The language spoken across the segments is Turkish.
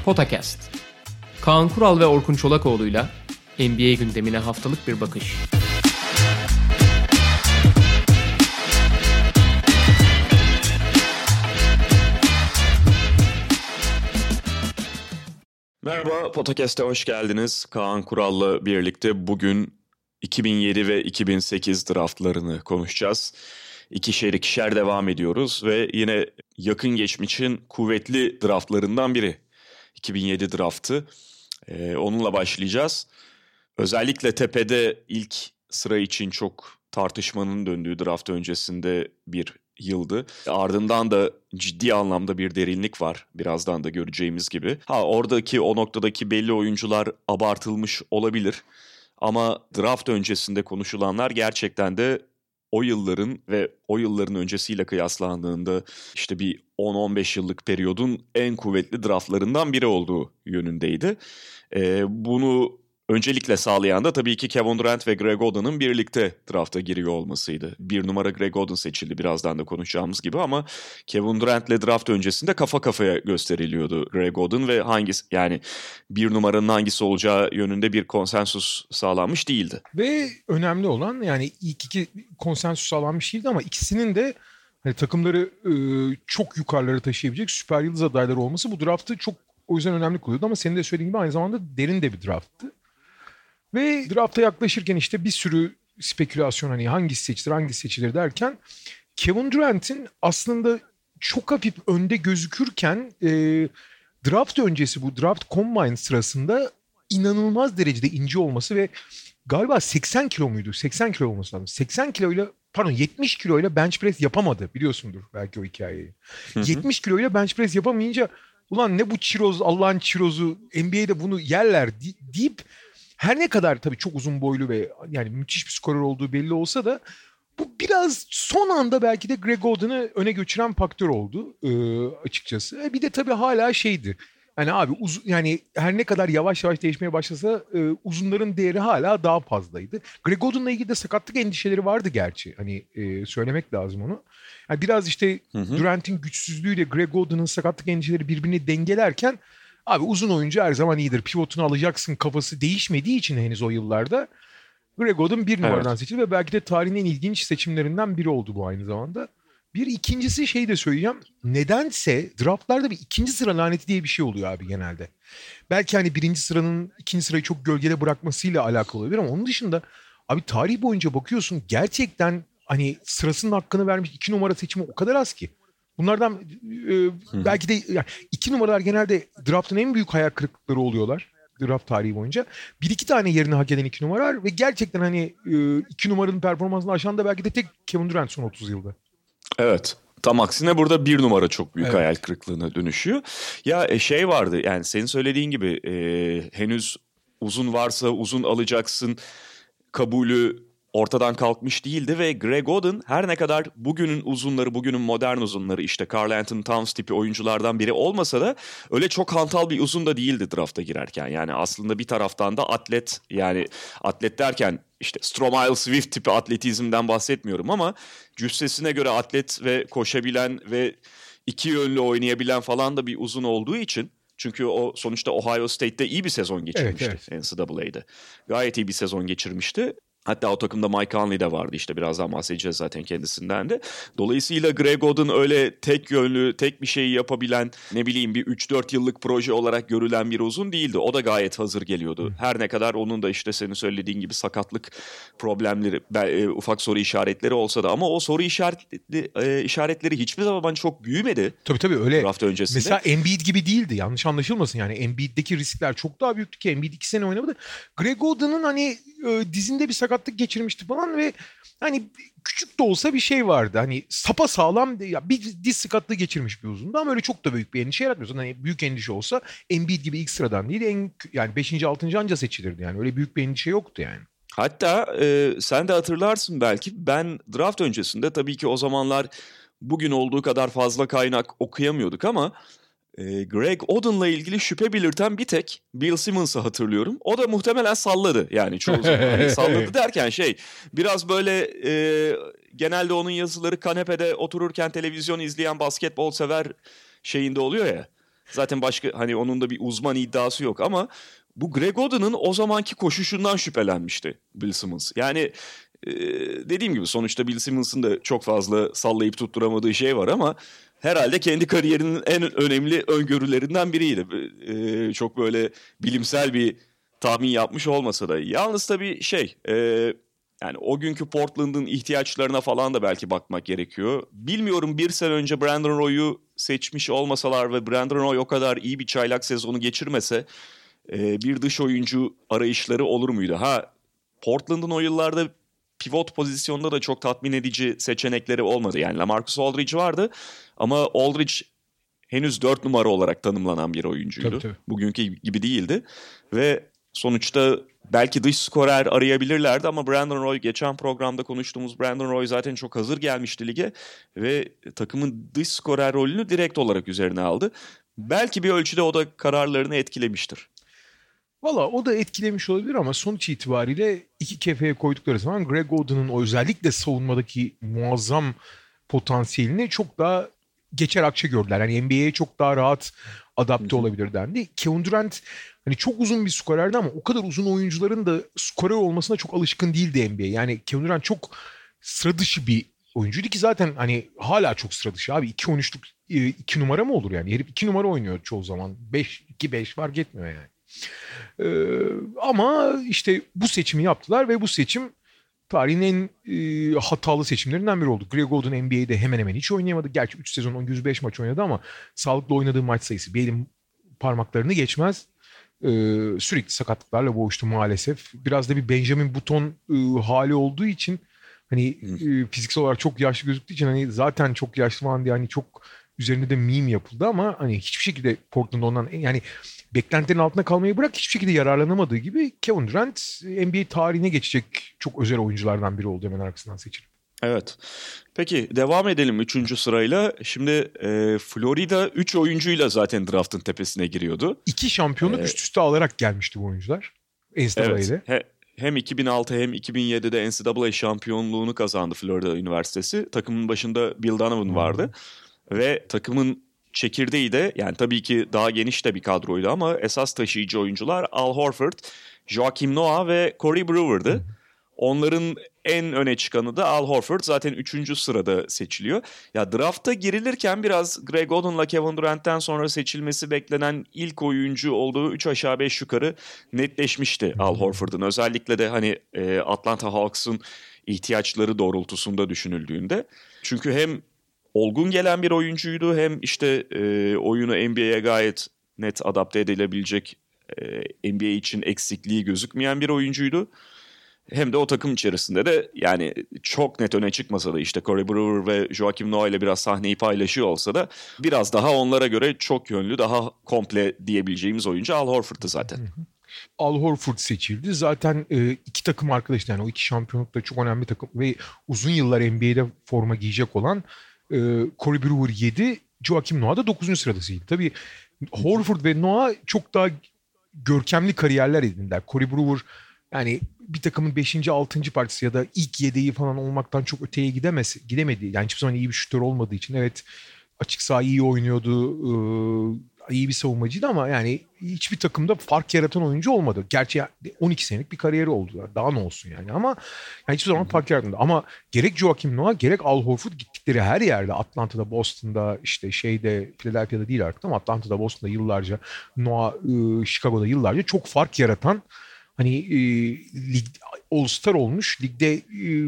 Potakast. Kaan Kural ve Orkun Çolakoğlu'yla NBA gündemine haftalık bir bakış. Merhaba, Potakast'a hoş geldiniz. Kaan Kural'la birlikte bugün 2007 ve 2008 draftlarını konuşacağız. İkişer devam ediyoruz ve yine yakın geçmişin kuvvetli draftlarından biri. 2007 draftı. Onunla başlayacağız. Özellikle tepede ilk sıra için çok tartışmanın döndüğü draft öncesinde bir yıldı. Ardından da ciddi anlamda bir derinlik var. Birazdan da göreceğimiz gibi. Oradaki o noktadaki belli oyuncular abartılmış olabilir. Ama draft öncesinde konuşulanlar gerçekten de o yılların ve o yılların öncesiyle kıyaslandığında işte bir 10-15 yıllık periyodun en kuvvetli draftlarından biri olduğu yönündeydi. Bunu öncelikle sağlayan da tabii ki Kevin Durant ve Greg Oden'ın birlikte drafta giriyor olmasıydı. Bir numara Greg Oden seçildi, birazdan da konuşacağımız gibi, ama Kevin Durant'le draft öncesinde kafa kafaya gösteriliyordu Greg Oden ve yani bir numaranın hangisi olacağı yönünde bir konsensus sağlanmış değildi. Ve önemli olan, yani ilk iki konsensus sağlanmış değildi ama ikisinin de hani takımları çok yukarılara taşıyabilecek süper yıldız adayları olması bu draftı çok, o yüzden önemli kılıyordu. Ama senin de söylediğin gibi aynı zamanda derin de bir drafttı. Ve drafta yaklaşırken işte bir sürü spekülasyon, hani hangisi seçilir derken Kevin Durant'in aslında çok hafif önde gözükürken draft öncesi bu draft combine sırasında inanılmaz derecede ince olması ve galiba 80 kilo muydu? 80 kilo olması lazım. 80 kiloyla, pardon 70 kiloyla bench press yapamadı. Biliyorsundur belki o hikayeyi. 70 kiloyla bench press yapamayınca ulan ne bu çiroz, Allah'ın çirozu, NBA'de bunu yerler deyip, her ne kadar tabii çok uzun boylu ve yani müthiş bir skorer olduğu belli olsa da bu biraz son anda belki de Greg Oden'ı öne götüren faktör oldu açıkçası. Bir de tabii hala şeydi. Yani abi yani her ne kadar yavaş yavaş değişmeye başlasa uzunların değeri hala daha fazlaydı. Greg Oden'la ilgili de sakatlık endişeleri vardı gerçi. Hani söylemek lazım onu. Yani biraz işte Durant'in güçsüzlüğüyle Greg Oden'ın sakatlık endişeleri birbirini dengelerken, abi uzun oyuncu her zaman iyidir, pivotunu alacaksın kafası değişmediği için henüz o yıllarda Greg Oden bir numaradan seçildi ve belki de tarihin en ilginç seçimlerinden biri oldu bu aynı zamanda. Bir ikincisi şey de söyleyeceğim. Nedense draftlarda bir ikinci sıra laneti diye bir şey oluyor abi genelde. Belki hani birinci sıranın ikinci sırayı çok gölgede bırakmasıyla alakalı olabilir ama onun dışında abi tarih boyunca bakıyorsun, gerçekten hani sırasının hakkını vermiş iki numara seçimi o kadar az ki. Bunlardan belki de yani iki numaralar genelde draftın en büyük hayal kırıklıkları oluyorlar draft tarihi boyunca. Bir iki tane yerini hak eden iki numaralar ve gerçekten hani iki numaranın performansını aşan da belki de tek Kevin Durant son 30 yılda. Evet. Tam aksine burada bir numara çok büyük hayal kırıklığına dönüşüyor. Ya şey vardı, yani senin söylediğin gibi henüz uzun varsa uzun alacaksın kabulü ortadan kalkmış değildi ve Greg Oden her ne kadar bugünün uzunları, bugünün modern uzunları, işte Karl-Anthony Towns tipi oyunculardan biri olmasa da öyle çok hantal bir uzun da değildi drafta girerken. Yani aslında bir taraftan da atlet, yani atlet derken işte Stromile Swift tipi atletizmden bahsetmiyorum ama cüssesine göre atlet ve koşabilen ve iki yönlü oynayabilen falan da bir uzun olduğu için, çünkü o sonuçta Ohio State'te iyi bir sezon geçirmişti, NCAA'de. Gayet iyi bir sezon geçirmişti. Hatta o takımda Mike Conley de vardı, işte birazdan bahsedeceğiz zaten kendisinden de. Dolayısıyla Greg Oden öyle tek yönlü, tek bir şeyi yapabilen, ne bileyim bir 3-4 yıllık proje olarak görülen bir uzun değildi. O da gayet hazır geliyordu. Her ne kadar onun da işte senin söylediğin gibi sakatlık problemleri, ufak soru işaretleri olsa da, ama o soru işaretleri hiçbir zaman çok büyümedi. Tabii öyle. Draft öncesinde. Mesela Embiid gibi değildi, yanlış anlaşılmasın yani. Embiid'deki riskler çok daha büyüktü ki Embiid 2 sene oynamadı. Greg Oden'ın hani dizinde bir sakatlık geçirmişti falan ve hani küçük de olsa bir şey vardı. Hani sapasağlam ya bir diz sakatlığı geçirmiş bir uzundu ama öyle çok da büyük bir endişe yaratmıyorsun. Hani büyük endişe olsa Embiid gibi ilk sıradan değil, yani 5. 6. anca seçilirdi yani. Öyle büyük bir endişe yoktu yani. Hatta sen de hatırlarsın belki, ben draft öncesinde tabii ki o zamanlar bugün olduğu kadar fazla kaynak okuyamıyorduk ama Greg Oden'la ilgili şüphe belirten bir tek Bill Simmons'ı hatırlıyorum. O da muhtemelen salladı yani çoğu zaman. Hani salladı derken biraz böyle genelde onun yazıları kanepede otururken televizyon izleyen basketbol sever şeyinde oluyor ya. Zaten başka hani onun da bir uzman iddiası yok ama bu Greg Oden'ın o zamanki koşuşundan şüphelenmişti Bill Simmons. Yani dediğim gibi sonuçta Bill Simmons'ın da çok fazla sallayıp tutturamadığı şey var ama herhalde kendi kariyerinin en önemli öngörülerinden biriydi. Çok böyle bilimsel bir tahmin yapmış olmasa da. Yalnız tabii yani o günkü Portland'ın ihtiyaçlarına falan da belki bakmak gerekiyor. Bilmiyorum, bir sene önce Brandon Roy'u seçmiş olmasalar ve Brandon Roy o kadar iyi bir çaylak sezonu geçirmese bir dış oyuncu arayışları olur muydu? Portland'ın o yıllarda pivot pozisyonda da çok tatmin edici seçenekleri olmadı. Yani LaMarcus Aldridge vardı ama Aldridge henüz 4 numara olarak tanımlanan bir oyuncuydu. Tabii. Bugünkü gibi değildi ve sonuçta belki dış skorer arayabilirlerdi ama Brandon Roy, geçen programda konuştuğumuz Brandon Roy zaten çok hazır gelmişti lige ve takımın dış skorer rolünü direkt olarak üzerine aldı. Belki bir ölçüde o da kararlarını etkilemiştir. Valla o da etkilemiş olabilir ama sonuç itibariyle iki kefeye koydukları zaman Greg Oden'ın özellikle savunmadaki muazzam potansiyelini çok daha geçer akçe gördüler. Yani NBA'ye çok daha rahat adapte olabilir dendi. Kevin Durant hani çok uzun bir skorerdi ama o kadar uzun oyuncuların da skorer olmasına çok alışkın değildi NBA. Yani Kevin Durant çok sıra dışı bir oyuncuydu ki zaten hani hala çok sıra dışı abi. 2-13'lük 2 numara mı olur yani? Herif 2 numara oynuyor çoğu zaman. 2-5 fark etmiyor yani. Ama işte bu seçimi yaptılar ve bu seçim tarihin en hatalı seçimlerinden biri oldu. Greg Oden NBA'de hemen hemen hiç oynayamadı. Gerçi 3 sezon 105 maç oynadı ama sağlıklı oynadığı maç sayısı bir elin parmaklarını geçmez. Sürekli sakatlıklarla boğuştu maalesef. Biraz da bir Benjamin Button hali olduğu için hani fiziksel olarak çok yaşlı gözüktüğü için hani zaten çok yaşlı falan diye hani çok üzerinde de meme yapıldı ama hani hiçbir şekilde Portland ondan yani beklentilerin altında kalmayı bırak hiçbir şekilde yararlanamadığı gibi Kevin Durant NBA tarihine geçecek çok özel oyunculardan biri oldu hemen arkasından seçilip. Evet. Peki devam edelim 3. sırayla. Şimdi Florida 3 oyuncuyla zaten draftın tepesine giriyordu. 2 şampiyonluk üst üste alarak gelmişti bu oyuncular. NCAA'de. Evet. Hem 2006 hem 2007'de NCAA şampiyonluğunu kazandı Florida Üniversitesi. Takımın başında Bill Donovan vardı. Ve takımın çekirdeği de yani tabii ki daha geniş de bir kadroydu ama esas taşıyıcı oyuncular Al Horford, Joakim Noah ve Corey Brewer'dı. Onların en öne çıkanı da Al Horford, zaten 3. sırada seçiliyor. Ya drafta girilirken biraz Greg Oden'la Kevin Durant'ten sonra seçilmesi beklenen ilk oyuncu olduğu 3 aşağı 5 yukarı netleşmişti Al Horford'un. Özellikle de hani Atlanta Hawks'un ihtiyaçları doğrultusunda düşünüldüğünde. Çünkü hem olgun gelen bir oyuncuydu hem işte oyunu NBA'ye gayet net adapte edilebilecek, NBA için eksikliği gözükmeyen bir oyuncuydu. Hem de o takım içerisinde de yani çok net öne çıkmasa da işte Corey Brewer ve Joakim Noah ile biraz sahneyi paylaşıyor olsa da biraz daha onlara göre çok yönlü, daha komple diyebileceğimiz oyuncu Al Horford'tu zaten. Al Horford seçildi. Zaten iki takım arkadaşı yani o iki şampiyonlukta çok önemli takım ve uzun yıllar NBA'de forma giyecek olan Corey Brewer 7, Joakim Noah da 9. sıradasıydı. Tabii Horford ve Noah çok daha görkemli kariyerler edindiler. Corey Brewer yani bir takımın 5. 6. partisi ya da ilk yedeği falan olmaktan çok öteye gidemedi. Yani hiçbir zaman iyi bir şutör olmadığı için evet açık saha iyi oynuyordu, iyi bir savunmacıydı ama yani hiçbir takımda fark yaratan oyuncu olmadı. Gerçi 12 senelik bir kariyeri oldu. Daha ne olsun yani ama yani hiçbir zaman fark yaratmadı. Ama gerek Joakim Noah gerek Al Horford gittikleri her yerde, Atlanta'da, Boston'da, işte Philadelphia'da değil artık ama Atlanta'da, Boston'da yıllarca, Noah Chicago'da yıllarca çok fark yaratan hani lig All-Star olmuş, ligde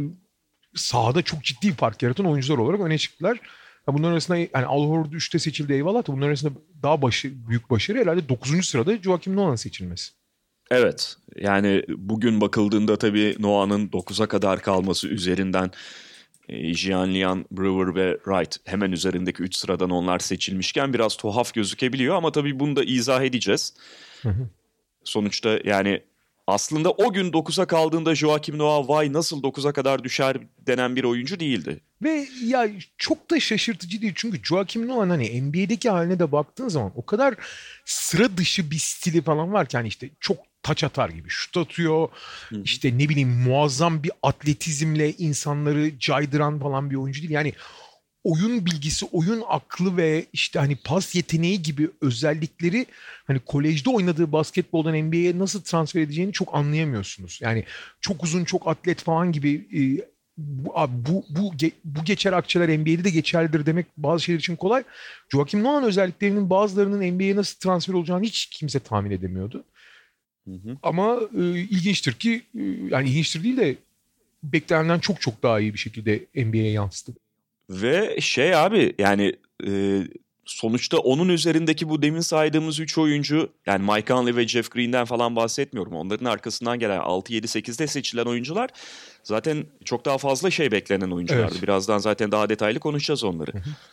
sahada çok ciddi fark yaratan oyuncular olarak öne çıktılar. Bunların arasında yani Al Horford 3'te seçildi eyvallah da bunların arasında daha büyük başarı herhalde 9. sırada Joakim Noah'ın seçilmesi. Evet, yani bugün bakıldığında tabii Noah'nın 9'a kadar kalması üzerinden Gianlian, Brewer ve Wright hemen üzerindeki 3 sıradan onlar seçilmişken biraz tuhaf gözükebiliyor ama tabii bunu da izah edeceğiz. Sonuçta yani aslında o gün 9'a kaldığında Joakim Noah vay nasıl 9'a kadar düşer denen bir oyuncu değildi. Ve ya çok da şaşırtıcı değil çünkü Joakim Noah'ın hani NBA'deki haline de baktığın zaman o kadar sıra dışı bir stili falan var ki hani işte çok taç atar gibi şut atıyor. İşte ne bileyim muazzam bir atletizmle insanları caydıran falan bir oyuncu değil. Yani oyun bilgisi, oyun aklı ve işte hani pas yeteneği gibi özellikleri hani kolejde oynadığı basketboldan NBA'ye nasıl transfer edeceğini çok anlayamıyorsunuz. Yani çok uzun, çok atlet falan gibi bu geçer akçeler NBA'de de geçerlidir demek bazı şeyler için kolay. Joakim Noah'nın özelliklerinin bazılarının NBA'ye nasıl transfer olacağını hiç kimse tahmin edemiyordu. Hı hı. Ama ilginçtir ki yani ilginçtir değil de beklenenden çok çok daha iyi bir şekilde NBA'ye yansıdı. Ve abi yani sonuçta onun üzerindeki bu demin saydığımız 3 oyuncu, yani Mike Conley ve Jeff Green'den falan bahsetmiyorum. Onların arkasından gelen 6, 7, 8'de seçilen oyuncular zaten çok daha fazla beklenen oyunculardı. Evet. Birazdan zaten daha detaylı konuşacağız onları.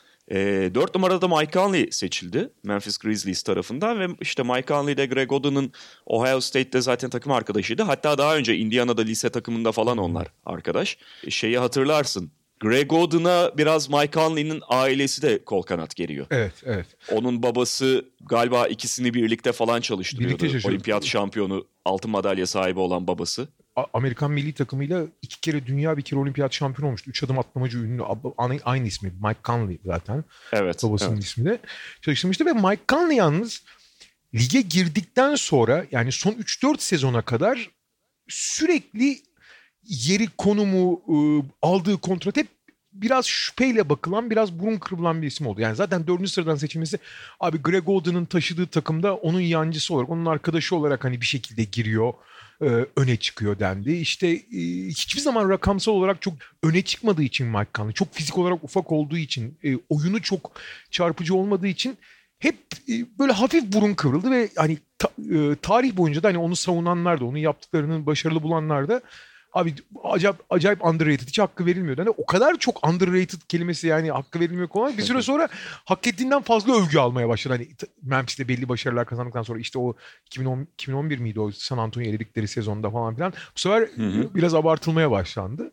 4 numarada Mike Conley seçildi Memphis Grizzlies tarafından ve işte Mike Conley de Greg Oden'ın Ohio State'de zaten takım arkadaşıydı. Hatta daha önce Indiana'da lise takımında falan onlar arkadaş. Şeyi hatırlarsın. Greg Oden'a biraz Mike Conley'nin ailesi de kol kanat geriyor. Evet, evet. Onun babası galiba ikisini birlikte falan çalıştırıyordu. Birlikte çalışıyor. Olimpiyat şampiyonu, altın madalya sahibi olan babası. Amerikan milli takımıyla 2 kere dünya, 1 kere olimpiyat şampiyonu olmuştu. 3 adım atlamacı ünlü. Aynı ismi. Mike Conley zaten. Evet. Babasının evet. ismi de. Çalıştırmıştı ve Mike Conley yalnız lige girdikten sonra yani son 3-4 sezona kadar sürekli yeri, konumu, aldığı kontrat hep biraz şüpheyle bakılan, biraz burun kıvrılan bir isim oldu. Yani zaten 4. sıradan seçilmesi abi Greg Oden'ın taşıdığı takımda onun yancısı olarak, onun arkadaşı olarak hani bir şekilde giriyor, öne çıkıyor dendi. İşte hiçbir zaman rakamsal olarak çok öne çıkmadığı için Mike Conley, çok fizik olarak ufak olduğu için, oyunu çok çarpıcı olmadığı için hep böyle hafif burun kıvrıldı ve hani tarih boyunca da hani onu savunanlar da, onun yaptıklarının başarılı bulanlar da abi acayip underrated, hiç hakkı verilmiyordu. Yani o kadar çok underrated kelimesi, yani hakkı verilmiyor kolay. Bir süre sonra hak ettiğinden fazla övgü almaya başladı. Hani Memphis'te belli başarılar kazandıktan sonra işte o 2011 miydi o San Antonio'yu eledikleri sezonda falan filan. Bu sefer biraz abartılmaya başlandı.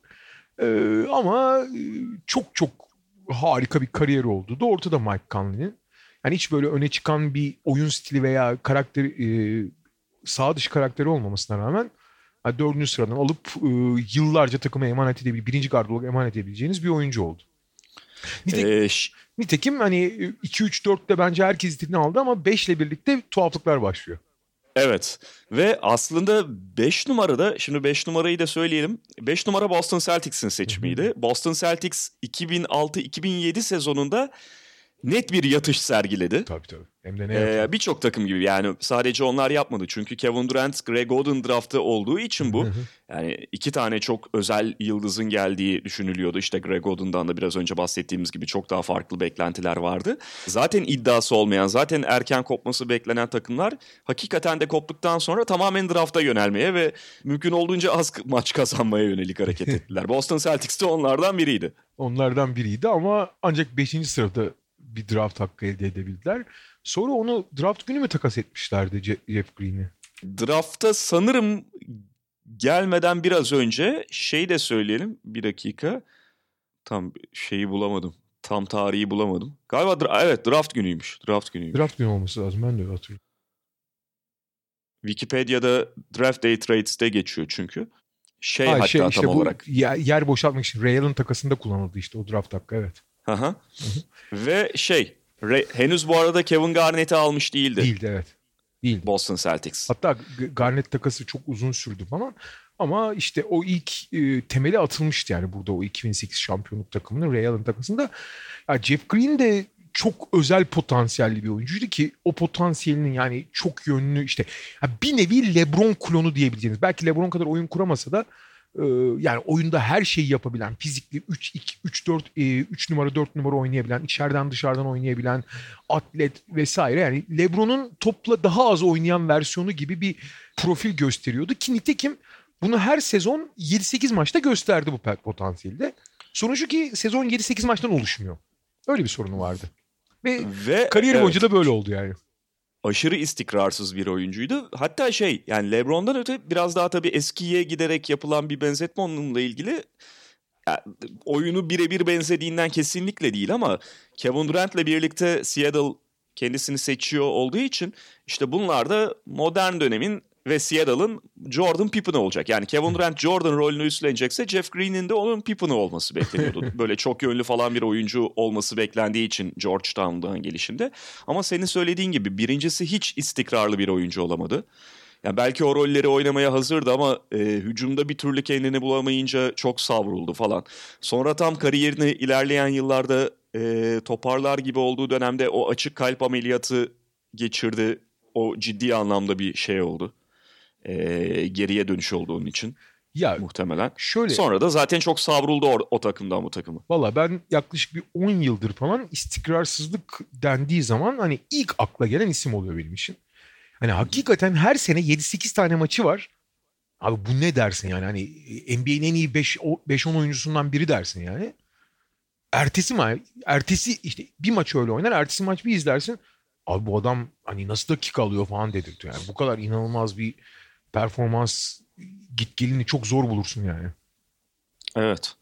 Ama çok çok harika bir kariyeri oldu da ortada Mike Conley'nin. Yani hiç böyle öne çıkan bir oyun stili veya karakteri, sağ dışı karakteri olmamasına rağmen 4. sıradan alıp yıllarca takıma emanet edebileceğiniz, birinci gard olarak emanet edebileceğiniz bir oyuncu oldu. Nitekim hani 2-3-4'te bence herkes istediğini aldı ama 5 ile birlikte tuhaflıklar başlıyor. Evet ve aslında 5 numarada, şimdi 5 numarayı da söyleyelim. 5 numara Boston Celtics'in seçimiydi. Boston Celtics 2006-2007 sezonunda net bir yatış sergiledi. Tabii. Hem de ne birçok takım gibi, yani sadece onlar yapmadı. Çünkü Kevin Durant, Greg Oden draftı olduğu için bu. Yani 2 tane çok özel yıldızın geldiği düşünülüyordu. İşte Greg Oden'dan da biraz önce bahsettiğimiz gibi çok daha farklı beklentiler vardı. Zaten iddiası olmayan, zaten erken kopması beklenen takımlar hakikaten de koptuktan sonra tamamen drafta yönelmeye ve mümkün olduğunca az maç kazanmaya yönelik hareket ettiler. Boston Celtics de onlardan biriydi. Onlardan biriydi ama ancak 5. sırada bir draft hakkı elde edebildiler. Sonra onu draft günü mü takas etmişlerdi Jeff Green'i? Drafta sanırım gelmeden biraz önce de söyleyelim. Bir dakika. Tam şeyi bulamadım. Tam tarihi bulamadım. Galiba evet draft günüymüş. Draft günü olması lazım. Ben de öyle hatırlıyorum. Wikipedia'da Draft Day Trades'te geçiyor çünkü. Hatta işte tam olarak. Yer boşaltmak için Ray Allen takasında kullanıldı işte o draft hakkı, evet. Hı. Ve henüz bu arada Kevin Garnett'i almış değildi. Değildi, evet. Değildi. Boston Celtics. Hatta Garnett takası çok uzun sürdü falan. Ama işte o ilk temeli atılmıştı yani burada o 2008 şampiyonluk takımının Ray Allen takasında. Ya Jeff Green de çok özel potansiyelli bir oyuncuydu ki o potansiyelinin yani çok yönlü işte bir nevi LeBron klonu diyebileceğiniz. Belki LeBron kadar oyun kuramasa da yani oyunda her şeyi yapabilen, fizikli 3 numara 4 numara oynayabilen, içeriden dışarıdan oynayabilen, atlet vesaire, yani LeBron'un topla daha az oynayan versiyonu gibi bir profil gösteriyordu ki nitekim bunu her sezon 7-8 maçta gösterdi bu potansiyelde. Sorun şu ki sezon 7-8 maçtan oluşmuyor. Öyle bir sorunu vardı. Ve kariyer boyunca da böyle oldu yani. Aşırı istikrarsız bir oyuncuydu. Hatta yani LeBron'dan öte biraz daha tabii eskiye giderek yapılan bir benzetme onunla ilgili. Yani oyunu birebir benzediğinden kesinlikle değil ama Kevin Durant'le birlikte Seattle kendisini seçiyor olduğu için işte bunlar da modern dönemin ve Seattle'ın Jordan Pippen'ı olacak. Yani Kevin Durant Jordan rolünü üstlenecekse Jeff Green'in de onun Pippen'ı olması bekleniyordu. Böyle çok yönlü falan bir oyuncu olması beklendiği için Georgetown'dan gelişinde. Ama senin söylediğin gibi birincisi hiç istikrarlı bir oyuncu olamadı. Yani belki o rolleri oynamaya hazırdı ama hücumda bir türlü kendini bulamayınca çok savruldu falan. Sonra tam kariyerini ilerleyen yıllarda toparlar gibi olduğu dönemde o açık kalp ameliyatı geçirdi. O ciddi anlamda bir şey oldu. Geriye dönüş oldu onun için. Ya muhtemelen. şöyle. Sonra da zaten çok savruldu o takımdan bu takımı. Valla ben yaklaşık bir 10 yıldır falan istikrarsızlık dendiği zaman hani ilk akla gelen isim oluyor benim için. Hani hakikaten her sene 7-8 tane maçı var. Abi bu ne dersin yani? Hani NBA'nin en iyi 5-10 oyuncusundan biri dersin yani. Ertesi işte bir maç öyle oynar. Ertesi maç bir izlersin. Abi bu adam hani nasıl dakika alıyor falan dedirtiyor. Yani bu kadar inanılmaz bir performans git gelini çok zor bulursun yani. Evet.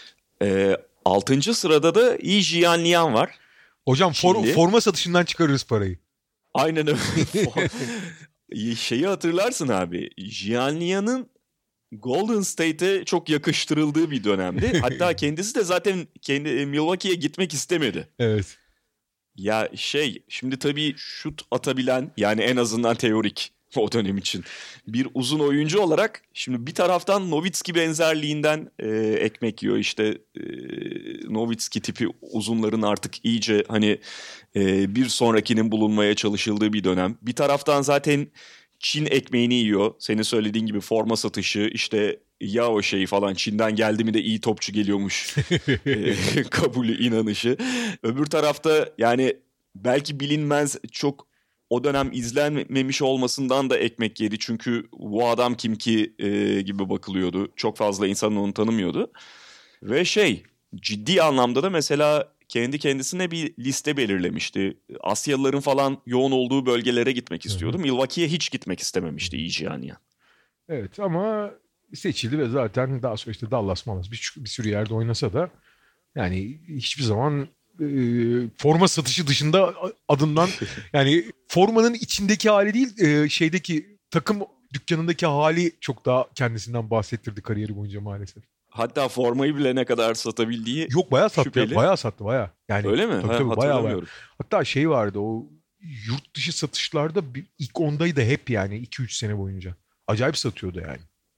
6. sırada da Yi Jianlian var. Hocam forma satışından çıkarırız parayı. Aynen öyle. Şeyi hatırlarsın abi. Jianlian'ın Golden State'e çok yakıştırıldığı bir dönemdi. Hatta kendisi de zaten Milwaukee'ye gitmek istemedi. Evet. Ya şimdi tabii şut atabilen, yani en azından teorik o dönem için bir uzun oyuncu olarak şimdi bir taraftan Nowitzki benzerliğinden ekmek yiyor. İşte Nowitzki tipi uzunların artık iyice hani bir sonrakinin bulunmaya çalışıldığı bir dönem. Bir taraftan zaten Çin ekmeğini yiyor. Senin söylediğin gibi forma satışı, işte ya o şeyi falan, Çin'den geldi mi de iyi topçu geliyormuş kabulü, inanışı. Öbür tarafta yani belki bilinmez, çok o dönem izlenmemiş olmasından da ekmek yedi. Çünkü bu adam kim ki gibi bakılıyordu. Çok fazla insan onu tanımıyordu. Ve ciddi anlamda da mesela kendi kendisine bir liste belirlemişti. Asyalıların falan yoğun olduğu bölgelere gitmek istiyordu. Milwaukee'ye hiç gitmek istememişti Yi Jianlian. Evet ama seçildi ve zaten daha sonra işte Dallas bir sürü yerde oynasa da yani hiçbir zaman forma satışı dışında adından yani formanın içindeki hali değil şeydeki takım dükkanındaki hali çok daha kendisinden bahsettirdi kariyeri boyunca maalesef. Hatta formayı bile ne kadar satabildiği Yok bayağı sattı. şüpheli. Bayağı sattı bayağı. Yani, öyle mi? Tabii, Hatırlamıyorum. Hatta vardı o yurt dışı satışlarda ilk ondaydı hep yani 2-3 sene boyunca. Acayip satıyordu yani.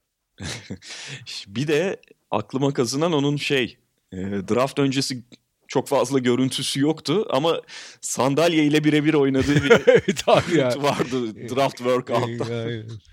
Bir de aklıma kazınan onun draft öncesi çok fazla görüntüsü yoktu ama sandalye ile birebir oynadığı bir evet abi ya. vardı draft workout'ta.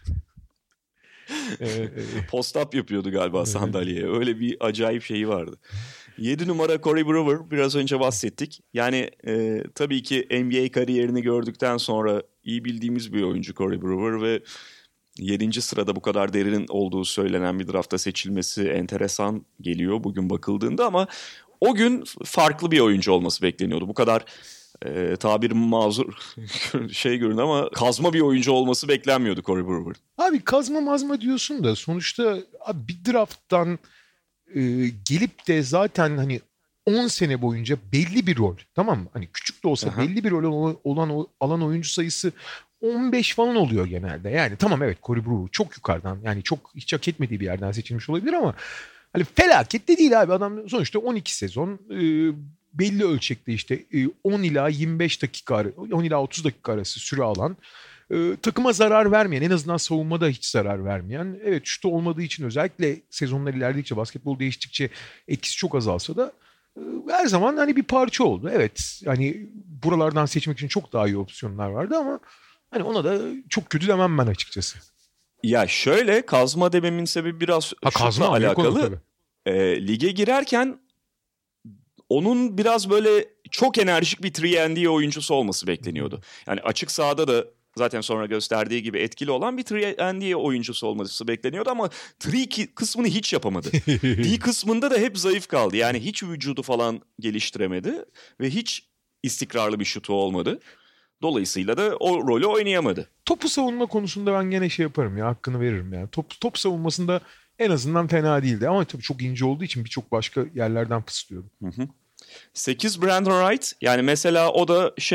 Post-up yapıyordu galiba sandalyeye. Öyle bir acayip şeyi vardı. 7 numara Corey Brewer, biraz önce bahsettik. Yani tabii ki NBA kariyerini gördükten sonra iyi bildiğimiz bir oyuncu Corey Brewer ve 7. sırada bu kadar derin olduğu söylenen bir drafta seçilmesi enteresan geliyor bugün bakıldığında, ama o gün farklı bir oyuncu olması bekleniyordu. Bu kadar tabirim mazur görün ama kazma bir oyuncu olması beklenmiyordu Corey Brewer. Abi kazma mazma diyorsun da sonuçta abi bir drafttan gelip de zaten hani 10 sene boyunca belli bir rol, tamam mı? Hani küçük de olsa belli bir rol alan oyuncu sayısı 15 falan oluyor genelde. Yani tamam evet Corey Brewer çok yukarıdan yani çok hiç hak etmediği bir yerden seçilmiş olabilir ama hani felaket de değil abi. Adam sonuçta 12 sezon belli ölçekte işte 10 ila 25 dakika 10 ila 30 dakika arası süre alan, takıma zarar vermeyen, en azından savunmada hiç zarar vermeyen, evet şutu olmadığı için özellikle sezonlar ilerledikçe, basketbol değiştikçe etkisi çok azalsa da her zaman hani bir parça oldu. Evet hani buralardan seçmek için çok daha iyi opsiyonlar vardı ama hani ona da çok kötü demem ben açıkçası. Ya kazma dememin sebebi biraz şutla alakalı. Lige girerken onun biraz böyle çok enerjik bir 3&D oyuncusu olması bekleniyordu. Yani açık sahada da zaten sonra gösterdiği gibi etkili olan bir 3&D oyuncusu olması bekleniyordu ama 3 kısmını hiç yapamadı. D kısmında da hep zayıf kaldı. Yani hiç vücudu falan geliştiremedi ve hiç istikrarlı bir şutu olmadı. Dolayısıyla da o rolü oynayamadı. Topu savunma konusunda ben gene yaparım ya, hakkını veririm ya. Top savunmasında en azından fena değildi ama tabii çok ince olduğu için birçok başka yerlerden pıslıyordu. 8 Brandon Wright, yani mesela o da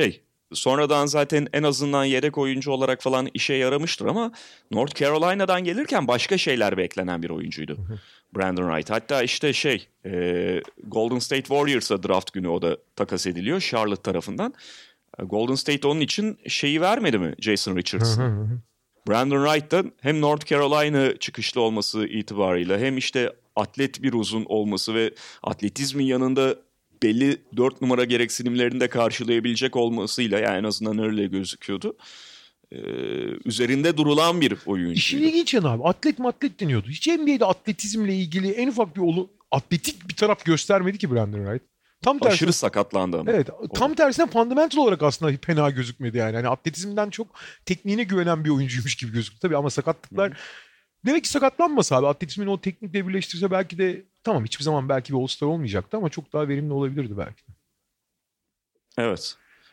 sonradan zaten en azından yedek oyuncu olarak falan işe yaramıştır ama North Carolina'dan gelirken başka şeyler beklenen bir oyuncuydu. Brandon Wright. Hatta işte Golden State Warriors'a draft günü o da takas ediliyor Charlotte tarafından. Golden State onun için şeyi vermedi mi Jason Richardson? Brandon Wright'tan hem North Carolina çıkışlı olması itibarıyla hem işte atlet bir uzun olması ve atletizmin yanında belli 4 numara gereksinimlerini de karşılayabilecek olmasıyla, yani en azından öyle gözüküyordu. Üzerinde durulan bir oyuncu. İşin ilginç yanı abi, atlet deniyordu. Hiç NBA'de atletizmle ilgili en ufak bir atletik bir taraf göstermedi ki Brandon Wright. Tam tersine, aşırı sakatlandı ama. Evet, tam tersine fundamental olarak aslında fena gözükmedi yani. Hani atletizmden çok tekniğine güvenen bir oyuncuymuş gibi gözüktü. Tabii ama sakatlıklar, demek ki sakatlanmasa abi, atletizmin o teknikle birleştirse belki de, tamam hiçbir zaman belki bir All-Star olmayacaktı ama çok daha verimli olabilirdi belki. Evet.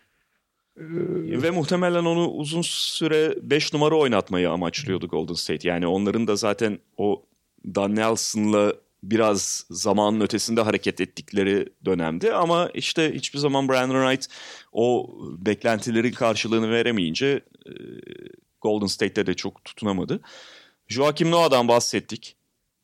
Ve muhtemelen onu uzun süre 5 numara oynatmayı amaçlıyordu Golden State. Yani onların da zaten o Don Nelson'la biraz zamanın ötesinde hareket ettikleri dönemdi. Ama işte hiçbir zaman Brandon Wright o beklentilerin karşılığını veremeyince Golden State'te de çok tutunamadı. Joakim Noah'dan bahsettik.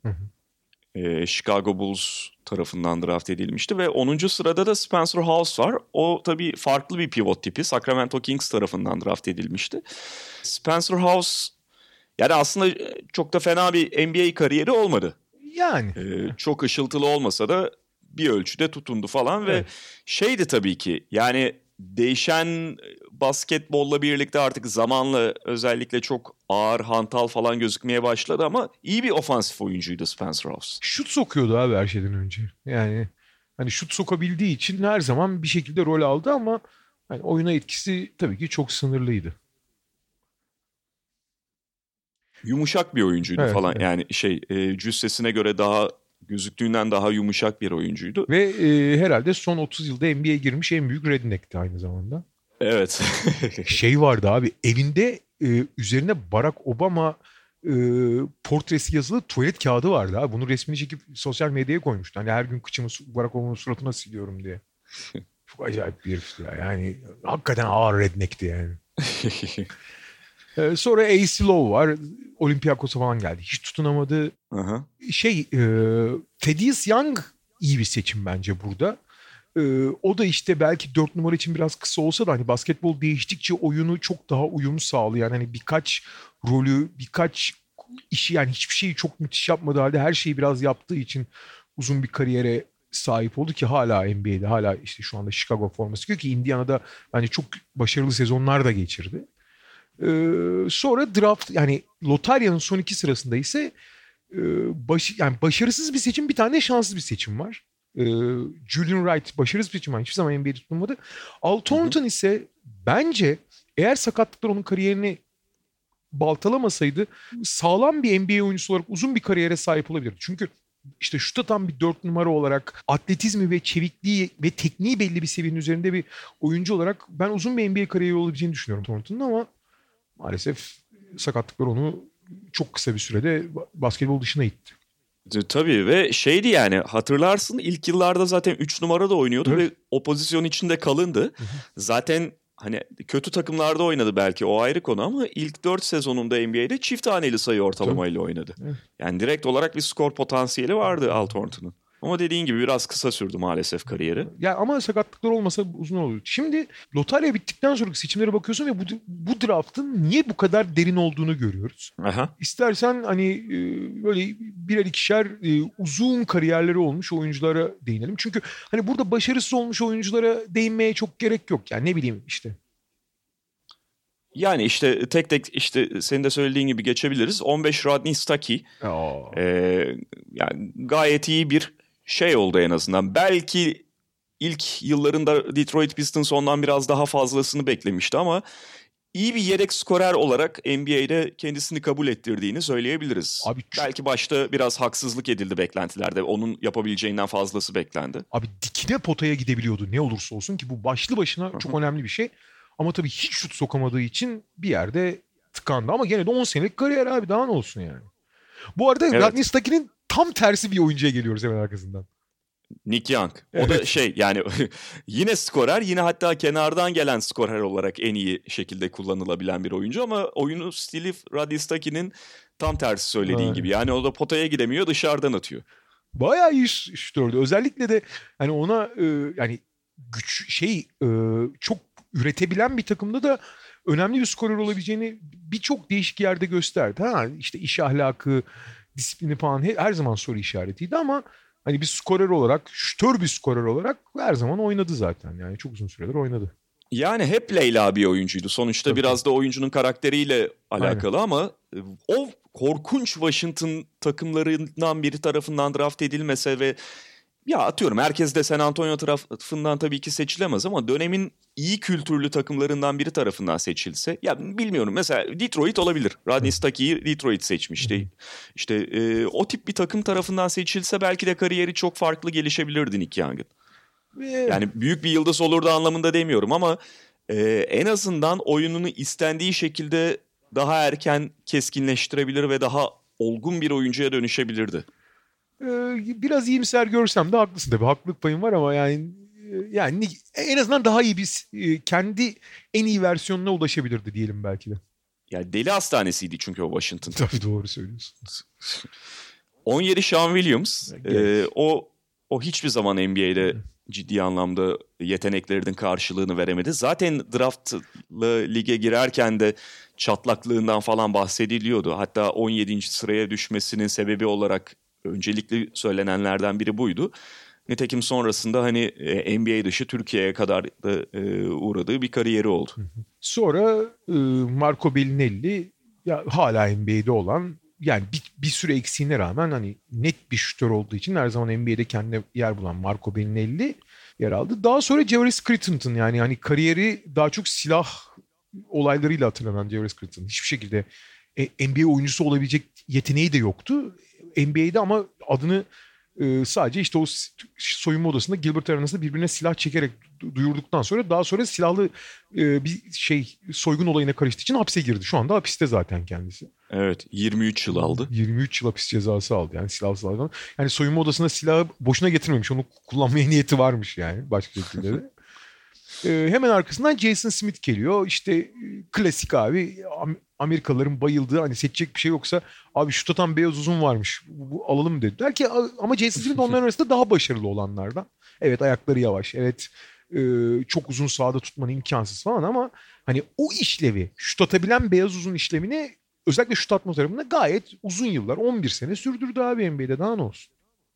Chicago Bulls tarafından draft edilmişti ve 10. sırada da Spencer House var. O tabii farklı bir pivot tipi. Sacramento Kings tarafından draft edilmişti. Spencer House yani aslında çok da fena bir NBA kariyeri olmadı. Yani. Çok ışıltılı olmasa da bir ölçüde tutundu falan ve şeydi tabii ki, yani değişen basketbolla birlikte artık zamanla özellikle çok ağır, hantal falan gözükmeye başladı ama iyi bir ofansif oyuncuydu Spencer House. Şut sokuyordu abi her şeyden önce. Yani hani şut sokabildiği için her zaman bir şekilde rol aldı ama hani oyuna etkisi tabii ki çok sınırlıydı. Yumuşak bir oyuncuydu falan. Evet. Yani cüssesine göre daha gözüktüğünden daha yumuşak bir oyuncuydu. Ve herhalde son 30 yılda NBA'ye girmiş en büyük redneck'ti aynı zamanda. Evet. Vardı abi, evinde üzerine Barack Obama portresi yazılı tuvalet kağıdı vardı abi. Bunun resmini çekip sosyal medyaya koymuştu. Hani her gün kıçımı Barack Obama'nın suratına siliyorum diye. Çok acayip bir herifti ya. Yani hakikaten ağır redneck'ti yani. Sonra A.C. Lowe var. Olympiakos'a falan geldi. Hiç tutunamadı. Aha. Thaddeus Young iyi bir seçim bence burada. O da işte belki 4 numara için biraz kısa olsa da hani basketbol değiştikçe oyunu çok daha uyum sağlayan, hani birkaç rolü, birkaç işi, yani hiçbir şeyi çok müthiş yapmadığı halde her şeyi biraz yaptığı için uzun bir kariyere sahip oldu ki hala NBA'de, hala işte şu anda Chicago forması giyiyor ki Indiana'da bence çok başarılı sezonlar da geçirdi. Sonra draft, yani lotaryanın son 2 sırasında ise yani başarısız bir seçim, bir tane şanslı bir seçim var. Julian Wright başarısız bir seçim var. Hiçbir zaman NBA'de tutulmadı. Al Thornton ise bence eğer sakatlıklar onun kariyerini baltalamasaydı sağlam bir NBA oyuncusu olarak uzun bir kariyere sahip olabilirdi. Çünkü işte şut atan bir 4 numara olarak atletizmi ve çevikliği ve tekniği belli bir seviyenin üzerinde bir oyuncu olarak ben uzun bir NBA kariyeri olabileceğini düşünüyorum Thornton'un ama maalesef sakatlıklar onu çok kısa bir sürede basketbol dışına itti. Tabii ve şeydi, yani hatırlarsın ilk yıllarda zaten 3 numara da oynuyordu, evet, ve o pozisyon içinde kalındı. Zaten hani kötü takımlarda oynadı belki, o ayrı konu, ama ilk 4 sezonunda NBA'de çift haneli sayı ortalamayla oynadı. Evet. Yani direkt olarak bir skor potansiyeli vardı Al Thornton'un. Ama dediğin gibi biraz kısa sürdü maalesef kariyeri. Ya ama sakatlıklar olmasa uzun olur. Şimdi lotarya bittikten sonraki seçimlere bakıyorsun ve bu draftın niye bu kadar derin olduğunu görüyoruz. Aha. İstersen hani böyle birer ikişer uzun kariyerleri olmuş oyunculara değinelim. Çünkü hani burada başarısız olmuş oyunculara değinmeye çok gerek yok. Yani ne bileyim işte. Yani işte tek tek işte senin de söylediğin gibi geçebiliriz. 15 Rodney Stuckey. Yani gayet iyi bir şey oldu en azından. Belki ilk yıllarında Detroit Pistons ondan biraz daha fazlasını beklemişti ama iyi bir yedek skorer olarak NBA'de kendisini kabul ettirdiğini söyleyebiliriz. Abi belki başta biraz haksızlık edildi beklentilerde. Onun yapabileceğinden fazlası beklendi. Abi dikine potaya gidebiliyordu ne olursa olsun ki bu başlı başına çok önemli bir şey. Ama tabii hiç şut sokamadığı için bir yerde tıkandı. Ama gene de 10 senelik kariyer abi, daha ne olsun yani. Bu arada Evet. Rodney Stuckey'nin tam tersi bir oyuncuya geliyoruz hemen arkasından. Nick Young. O Evet. da yani yine skorer, yine hatta kenardan gelen skorer olarak en iyi şekilde kullanılabilen bir oyuncu ama oyunu stili Radistaki'nin tam tersi söylediğin Evet. gibi. Yani o da potaya gidemiyor, dışarıdan atıyor. Bayağı iyi şutördü. Özellikle de hani ona yani çok üretebilen bir takımda da önemli bir skorer olabileceğini birçok değişik yerde gösterdi. İşte iş ahlakı, disiplini falan her zaman soru işaretiydi ama hani bir skorer olarak, şütör bir skorer olarak her zaman oynadı zaten. Yani çok uzun süredir oynadı. Yani hep Leyla bir oyuncuydu. Sonuçta Tabii. biraz da oyuncunun karakteriyle alakalı ama o korkunç Washington takımlarından biri tarafından draft edilmese ve ya atıyorum herkes de San Antonio tarafından tabii ki seçilemez ama dönemin iyi kültürlü takımlarından biri tarafından seçilse, ya bilmiyorum, mesela Detroit olabilir. Rodney Stuckey'i Detroit seçmişti. İşte o tip bir takım tarafından seçilse belki de kariyeri çok farklı gelişebilirdi Nick Young'ın. Yani büyük bir yıldız olurdu anlamında demiyorum ama en azından oyununu istendiği şekilde daha erken keskinleştirebilir ve daha olgun bir oyuncuya dönüşebilirdi. Biraz iyimser görsem de haklısın tabii. Haklılık payım var ama yani en azından daha iyi bir kendi en iyi versiyonuna ulaşabilirdi diyelim belki de. Yani deli hastanesiydi çünkü o Washington. Tabii doğru söylüyorsun. 17 Sean Williams. O hiçbir zaman NBA'de ciddi anlamda yeteneklerinin karşılığını veremedi. Zaten draftla lige girerken de çatlaklığından falan bahsediliyordu. Hatta 17. sıraya düşmesinin sebebi olarak öncelikli söylenenlerden biri buydu. Nitekim sonrasında hani NBA dışı Türkiye'ye kadar da uğradığı bir kariyeri oldu. Sonra Marco Bellinelli hala NBA'de olan, yani bir süre eksiğine rağmen hani net bir şütör olduğu için her zaman NBA'de kendine yer bulan Marco Bellinelli yer aldı. Daha sonra Javaris Crittenton, yani hani kariyeri daha çok silah olaylarıyla hatırlanan Javaris Crittenton. Hiçbir şekilde NBA oyuncusu olabilecek yeteneği de yoktu NBA'de ama adını sadece işte o soyunma odasında Gilbert Arenas'da birbirine silah çekerek duyurduktan sonra daha sonra silahlı bir soygun olayına karıştığı için hapse girdi. Şu anda hapiste zaten kendisi. Evet, 23 yıl aldı. 23 yıl hapis cezası aldı yani silahsız silahdan. Yani soyunma odasına silahı boşuna getirmemiş. Onu kullanmaya niyeti varmış yani başka şekilde de. Hemen arkasından Jason Smith geliyor. İşte klasik abi, Amerikalıların bayıldığı, hani seçecek bir şey yoksa abi şut atan beyaz uzun varmış, bu alalım dediler ki, ama Jason Smith onların arasında daha başarılı olanlardan. Evet, ayakları yavaş. Evet, çok uzun sahada tutmanı imkansız falan ama hani o işlevi, şut atabilen beyaz uzun işlemini özellikle şut atma tarafında gayet uzun yıllar, 11 sene sürdürdü abi NBA'de, daha ne olsun.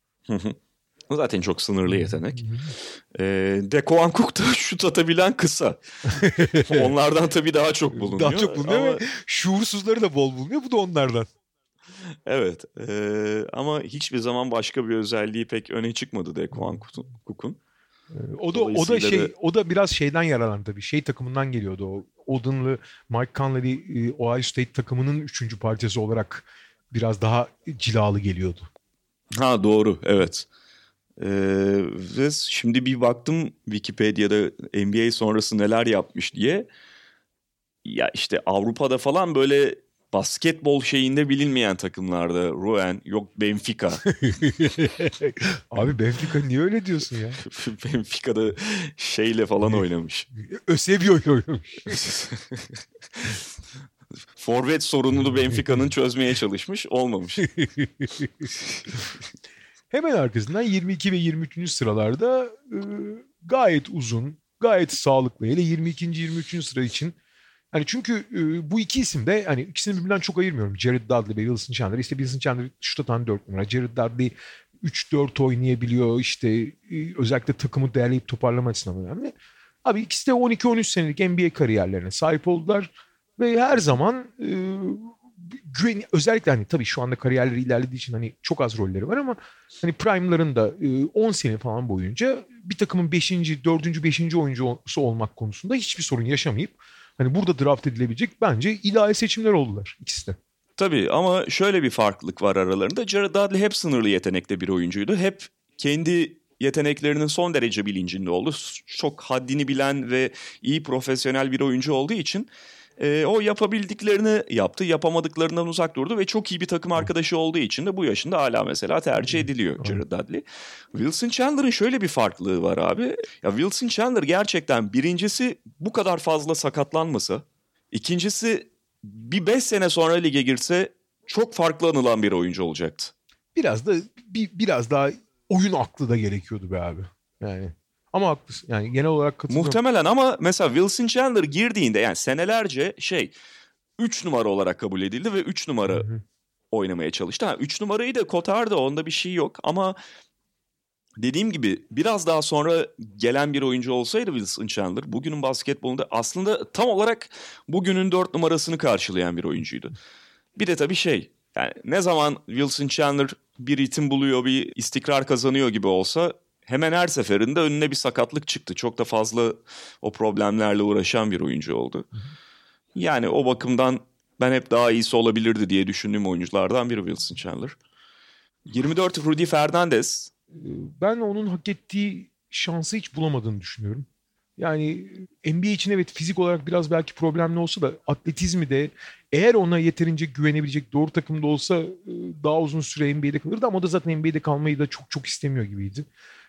Zaten çok sınırlı yetenek. DeQuan Cook da şut atabilen kısa. Onlardan tabii daha çok bulunuyor. Daha çok bulunuyor ve şuursuzları da bol bulunuyor. Bu da onlardan. Evet. Ama hiçbir zaman başka bir özelliği pek öne çıkmadı DeQuan Cook'un. O da biraz şeyden yararlandı tabii. Takımından geliyordu o. Oden'lı Mike Conley Ohio State takımının 3. parçası olarak biraz daha cilalı geliyordu. Ha, doğru, evet. Ve şimdi bir baktım Wikipedia'da NBA sonrası neler yapmış diye. Ya işte Avrupa'da falan böyle basketbol şeyinde bilinmeyen takımlarda. Rouen, yok Benfica. Abi Benfica niye öyle diyorsun ya? Benfica'da şeyle falan oynamış. Eusebio oynamış. Forvet sorununu Benfica'nın çözmeye çalışmış, olmamış. Hemen arkasından 22 ve 23. sıralarda gayet uzun, gayet sağlıklı. Hele 22. 23. sıra için. Hani çünkü bu iki isim de, hani ikisini birbirinden çok ayırmıyorum. Jared Dudley ve Wilson Chandler. İşte Wilson Chandler şut atan 4 numara. Jared Dudley 3-4 oynayabiliyor. İşte özellikle takımı değerleyip toparlama açısından önemli. Abi ikisi de 12-13 senelik NBA kariyerlerine sahip oldular. Ve her zaman özellikle hani tabii şu anda kariyerleri ilerlediği için hani çok az rolleri var ama hani prime'larında 10 sene falan boyunca bir takımın 5. 4. 5. oyuncusu olmak konusunda hiçbir sorun yaşamayıp hani burada draft edilebilecek bence ilahi seçimler oldular ikisi de. Tabii ama şöyle bir farklılık var aralarında. Jared Dudley hep sınırlı yetenekte bir oyuncuydu. Hep kendi yeteneklerinin son derece bilincinde oldu. Çok haddini bilen ve iyi profesyonel bir oyuncu olduğu için O yapabildiklerini yaptı, yapamadıklarından uzak durdu ve çok iyi bir takım arkadaşı olduğu için de bu yaşında hala mesela tercih ediliyor Jared Dudley. Wilson Chandler'ın şöyle bir farklılığı var abi. Ya Wilson Chandler gerçekten birincisi bu kadar fazla sakatlanmasa, ikincisi bir 5 sene sonra lige girse çok farklı anılan bir oyuncu olacaktı. Biraz daha oyun aklı da gerekiyordu be abi. Yani ama haklısın. Yani genel olarak katılıyorum. Muhtemelen ama mesela Wilson Chandler girdiğinde yani senelerce 3 numara olarak kabul edildi ve 3 numara oynamaya çalıştı. 3 numarayı da kotardı, onda bir şey yok ama dediğim gibi biraz daha sonra gelen bir oyuncu olsaydı Wilson Chandler bugünün basketbolunda aslında tam olarak bugünün 4 numarasını karşılayan bir oyuncuydu. Bir de tabii yani ne zaman Wilson Chandler bir ritim buluyor, bir istikrar kazanıyor gibi olsa hemen her seferinde önüne bir sakatlık çıktı. Çok da fazla o problemlerle uğraşan bir oyuncu oldu. Yani o bakımdan ben hep daha iyisi olabilirdi diye düşündüğüm oyunculardan biri Wilson Chandler. 24 Rudy Fernandez. Ben onun hak ettiği şansı hiç bulamadığını düşünüyorum. Yani NBA için evet fizik olarak biraz belki problemli olsa da atletizmi de eğer ona yeterince güvenebilecek doğru takımda olsa daha uzun süre NBA'de kalırdı ama o da zaten NBA'de kalmayı da çok çok istemiyor gibiydi.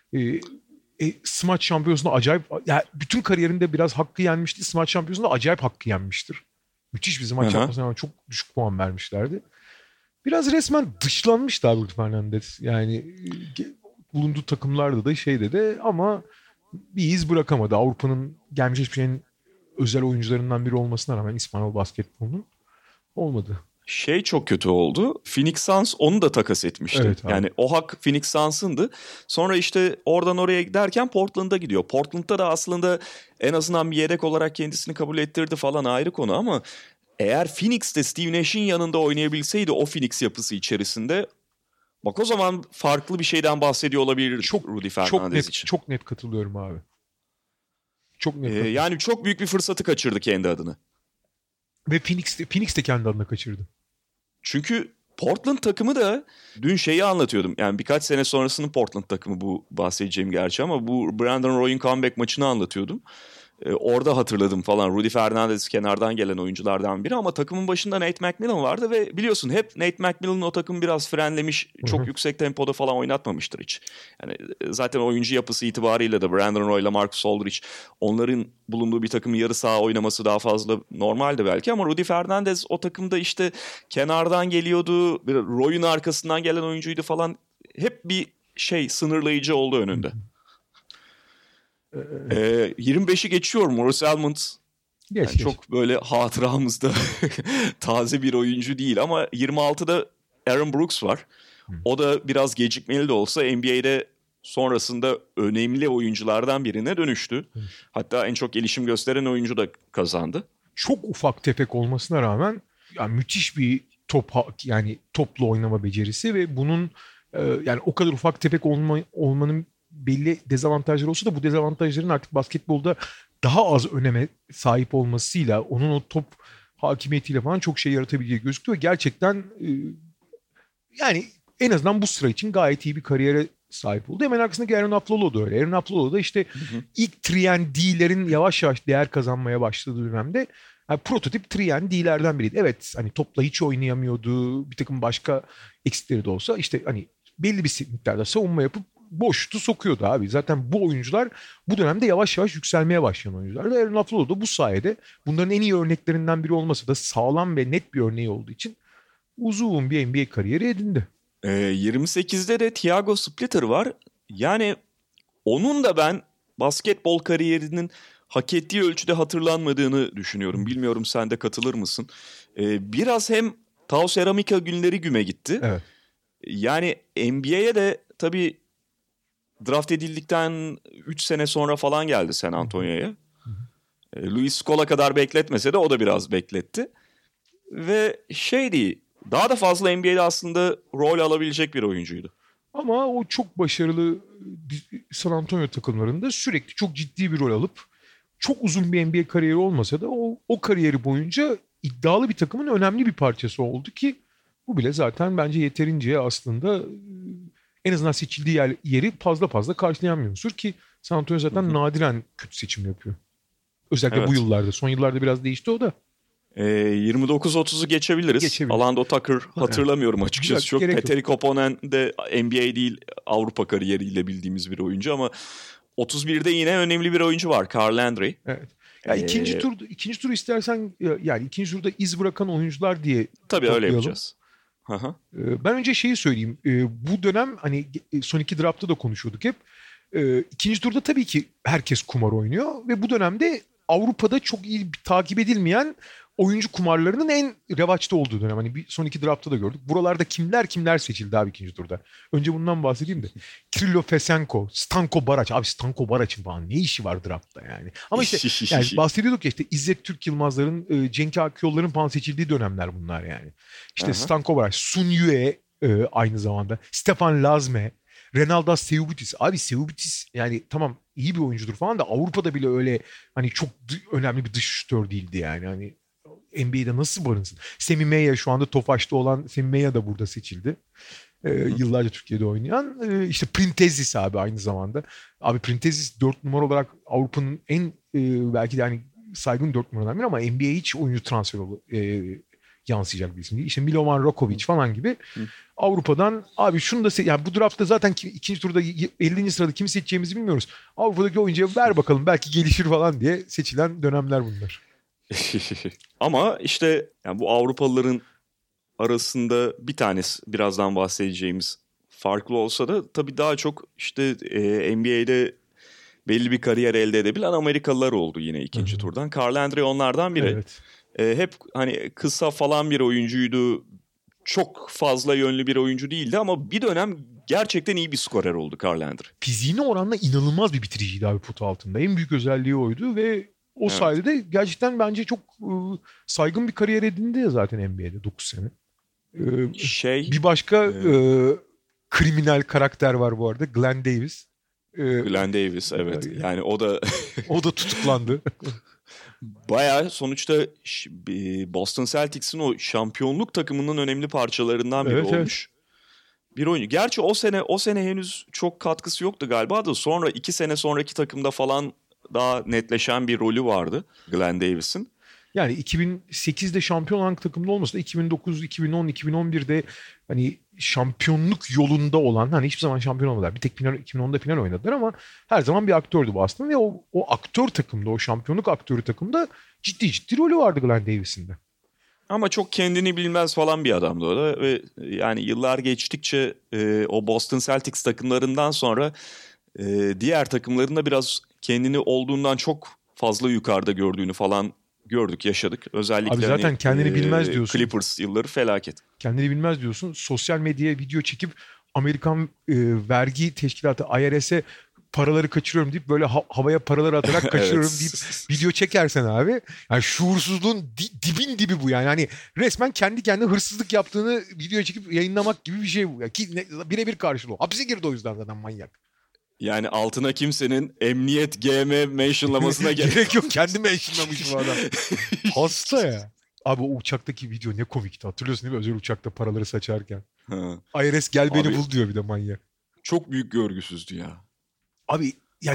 Smaç şampiyonasında acayip, yani bütün kariyerinde biraz hakkı yenmişti. Smaç şampiyonasında acayip hakkı yenmiştir. Müthiş bir smaç yapmasına çok düşük puan vermişlerdi. Biraz resmen dışlanmıştı abi Fernandez. Yani bulunduğu takımlarda da de ama bir iz bırakamadı. Avrupa'nın gelmiş hiçbir şeyin özel oyuncularından biri olmasına rağmen İspanyol basketbolunun olmadı. Çok kötü oldu. Phoenix Suns onu da takas etmişti. Evet, yani o hak Phoenix Suns'ındı. Sonra oradan oraya giderken Portland'a gidiyor. Portland'da da aslında en azından bir yedek olarak kendisini kabul ettirdi falan, ayrı konu ama eğer Phoenix'te Steve Nash'in yanında oynayabilseydi o Phoenix yapısı içerisinde, bak o zaman farklı bir şeyden bahsediyor olabilir Rudy Fernandez için. Çok net katılıyorum abi. Çok net katılıyorum. Yani çok büyük bir fırsatı kaçırdı kendi adına. Ve Phoenix de kendi adına kaçırdı. Çünkü Portland takımı da dün anlatıyordum. Yani birkaç sene sonrasının Portland takımı bu bahsedeceğim gerçi ama bu Brandon Roy'un comeback maçını anlatıyordum. Orada hatırladım falan. Rudy Fernandez kenardan gelen oyunculardan biri ama takımın başında Nate McMillan vardı ve biliyorsun hep Nate McMillan o takımı biraz frenlemiş. Çok yüksek tempoda falan oynatmamıştır hiç. Yani zaten oyuncu yapısı itibariyle de Brandon Roy ile Marcus Aldridge, onların bulunduğu bir takımın yarı saha oynaması daha fazla normaldi belki ama Rudy Fernandez o takımda kenardan geliyordu. Roy'un arkasından gelen oyuncuydu falan. Hep bir sınırlayıcı oldu önünde. 25'i geçiyor Morris Almond. Geç. Çok böyle hatıramızda taze bir oyuncu değil ama 26'da Aaron Brooks var. O da biraz gecikmeli de olsa NBA'de sonrasında önemli oyunculardan birine dönüştü. Hatta en çok gelişim gösteren oyuncu da kazandı. Çok ufak tefek olmasına rağmen yani müthiş bir topla oynama becerisi ve bunun yani o kadar ufak tefek olmanın belli dezavantajları olsa da bu dezavantajların artık basketbolda daha az öneme sahip olmasıyla onun o top hakimiyetiyle falan çok şey yaratabileceği gözüküyor. Gerçekten yani en azından bu sıra için gayet iyi bir kariyere sahip oldu. Hemen arkasındaki Aaron Aflalo da öyle. Aaron Aflalo da ilk 3&D'lerin yavaş yavaş değer kazanmaya başladığı dönemde prototip 3&D'lerden biriydi. Evet topla hiç oynayamıyordu. Bir takım başka eksikleri de olsa belli bir miktarda savunma yapıp boşluğu sokuyordu abi. Zaten bu oyuncular bu dönemde yavaş yavaş yükselmeye başlayan oyuncular. Ve Aaron Aflalo da bu sayede bunların en iyi örneklerinden biri olmasa da sağlam ve net bir örneği olduğu için uzun bir NBA kariyeri edindi. 28'de de Thiago Splitter var. Yani onun da ben basketbol kariyerinin hak ettiği ölçüde hatırlanmadığını düşünüyorum. Bilmiyorum sen de katılır mısın? Biraz hem Tau Ceramica günleri güme gitti. Evet. Yani NBA'ye de tabii draft edildikten 3 sene sonra falan geldi San Antonio'ya. Luis Scola kadar bekletmese de o da biraz bekletti. Ve daha da fazla NBA'de aslında rol alabilecek bir oyuncuydu. Ama o çok başarılı San Antonio takımlarında sürekli çok ciddi bir rol alıp çok uzun bir NBA kariyeri olmasa da o kariyeri boyunca iddialı bir takımın önemli bir parçası oldu ki bu bile zaten bence yeterince aslında en azından seçildiği yeri fazla karşılayamıyorsun ki San Antonio zaten nadiren kötü seçim yapıyor. Özellikle bu yıllarda. Son yıllarda biraz değişti o da. 29-30'u geçebiliriz. Alando Tucker hatırlamıyorum açıkçası çok. Petteri Koponen de NBA değil Avrupa kariyeriyle bildiğimiz bir oyuncu ama 31'de yine önemli bir oyuncu var. Carl Landry. Evet. Ya ikinci tur istersen yani ikinci turda iz bırakan oyuncular diye tabii öyle yapacağız. Ben önce şeyi söyleyeyim. Bu dönem hani son iki draft'ta da konuşuyorduk hep. İkinci turda tabii ki herkes kumar oynuyor ve bu dönemde Avrupa'da çok iyi takip edilmeyen oyuncu kumarlarının en revaçta olduğu dönem. Hani son iki draft'ta da gördük. Buralarda kimler seçildi abi ikinci turda. Önce bundan bahsedeyim de. Kirilo Fesenko, Stanko Baraç. Abi Stanko Baraç'ın falan ne işi var draftta yani. Ama işte yani bahsediyorduk ya işte İzzet Türk Yılmazların, Cenk Akyolların falan seçildiği dönemler bunlar yani. İşte Stanko Baraç, Sun Yue aynı zamanda. Stefan Lazme, Renaldas Seubutis. Abi Seubutis yani tamam iyi bir oyuncudur falan da Avrupa'da bile öyle hani çok önemli bir dış şutör değildi yani. Hani NBA'de nasıl barınsın? Semi Meya şu anda Tofaş'ta olan Semi Meya da burada seçildi. Yıllarca Türkiye'de oynayan. İşte Printezis abi aynı zamanda. Abi Printezis 4 numara olarak Avrupa'nın en belki de hani saygın 4 numaradan biri ama NBA'ye hiç oyuncu transferi yansıyacak bir isim değil. İşte Milovan Rokovic falan gibi. Avrupa'dan abi şunu da yani bu draftta zaten ikinci turda 50. sırada kimi seçeceğimizi bilmiyoruz. Avrupa'daki oyuncuya ver bakalım belki gelişir falan diye seçilen dönemler bunlar. Ama işte yani bu Avrupalıların arasında bir tanesi birazdan bahsedeceğimiz farklı olsa da tabii daha çok işte NBA'de belli bir kariyer elde edebilen Amerikalılar oldu yine ikinci turdan. Carl Landry onlardan biri. Evet. Hep hani kısa falan bir oyuncuydu. Çok fazla yönlü bir oyuncu değildi ama bir dönem gerçekten iyi bir skorer oldu Carl Landry. Fiziğine oranla inanılmaz bir bitiriciydi abi potu altında. En büyük özelliği oydu ve o sayede gerçekten bence çok saygın bir kariyer edindi ya zaten NBA'de 9 sene. Bir başka kriminal karakter var bu arada. Glenn Davis. Glenn Davis evet. Yani o da o da tutuklandı. Bayağı sonuçta Boston Celtics'in o şampiyonluk takımının önemli parçalarından biri olmuş. Evet. Bir oyuncu. Gerçi o sene henüz çok katkısı yoktu galiba da sonra 2 sene sonraki takımda falan daha netleşen bir rolü vardı Glenn Davis'in. Yani 2008'de şampiyon olan takımda olmasa da 2009, 2010, 2011'de hani şampiyonluk yolunda olan hani hiçbir zaman şampiyon olmadılar. Bir tek 2010'da final oynadılar ama her zaman bir aktördü Boston ve o aktör takımda, o şampiyonluk aktörü takımda ciddi rolü vardı Glenn Davis'in de. Ama çok kendini bilmez falan bir adamdı o da ve yani yıllar geçtikçe o Boston Celtics takımlarından sonra diğer takımlarında biraz kendini olduğundan çok fazla yukarıda gördüğünü falan gördük, yaşadık. Özellikle abi zaten hani, kendini bilmez diyorsun. Clippers yılları felaket. Kendini bilmez diyorsun. Sosyal medyaya video çekip Amerikan vergi teşkilatı IRS'e paraları kaçırıyorum deyip böyle havaya paraları atarak kaçırıyorum deyip video çekersen abi. Yani şuursuzluğun dibi bu yani. Hani resmen kendi kendine hırsızlık yaptığını video çekip yayınlamak gibi bir şey bu. Ki birebir karşılığı. Hapse girdi o yüzden zaten manyak. Yani altına kimsenin emniyet GM mentionlamasına gerek yok. Kendi mentionlamış bu adam. Hasta ya. Abi o uçaktaki video ne komikti. Hatırlıyorsun değil mi? Özel uçakta paraları saçarken. IRS gel beni bul diyor bir de manyak. Çok büyük görgüsüzdü ya. Abi ya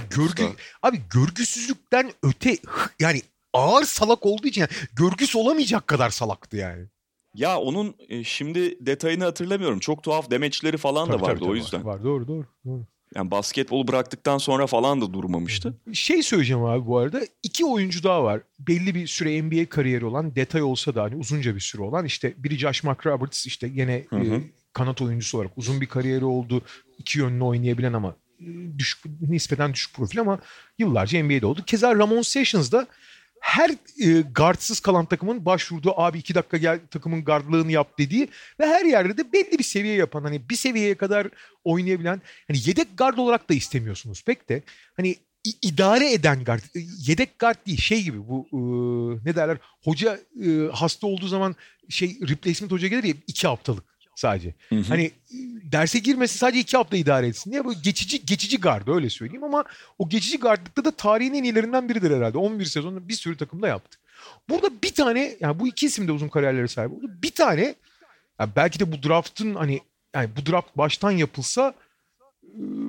görgüsüzlükten öte yani ağır salak olduğu için yani görgüsü olamayacak kadar salaktı yani. Ya onun şimdi detayını hatırlamıyorum. Çok tuhaf demeçleri falan da vardı o yüzden. Var doğru. Yani basketbolu bıraktıktan sonra falan da durmamıştı. Şey söyleyeceğim abi bu arada. 2 oyuncu daha var. Belli bir süre NBA kariyeri olan, detay olsa da hani uzunca bir süre olan. İşte biri Josh McRoberts, işte gene kanat oyuncusu olarak uzun bir kariyeri oldu. 2 yönlü oynayabilen ama nispeten düşük profil ama yıllarca NBA'de oldu. Keza Ramon Sessions da her guardsız kalan takımın başvurduğu abi 2 dakika gel takımın guardlığını yap dediği ve her yerde de belli bir seviye yapan hani bir seviyeye kadar oynayabilen hani yedek guard olarak da istemiyorsunuz pek de hani idare eden guard, yedek guard değil şey gibi bu ne derler hoca hasta olduğu zaman replacement hoca gelir ya 2 haftalık sadece. Hani derse girmesi sadece 2 hafta idare etsin diye böyle geçici guard öyle söyleyeyim ama o geçici guardlıkta da tarihin en iyilerinden biridir herhalde. 11 sezon bir sürü takımda yaptı. Burada bir tane yani bu 2 isim de uzun kariyerlere sahip oldu. Bir tane yani belki de bu draft'ın hani yani bu draft baştan yapılsa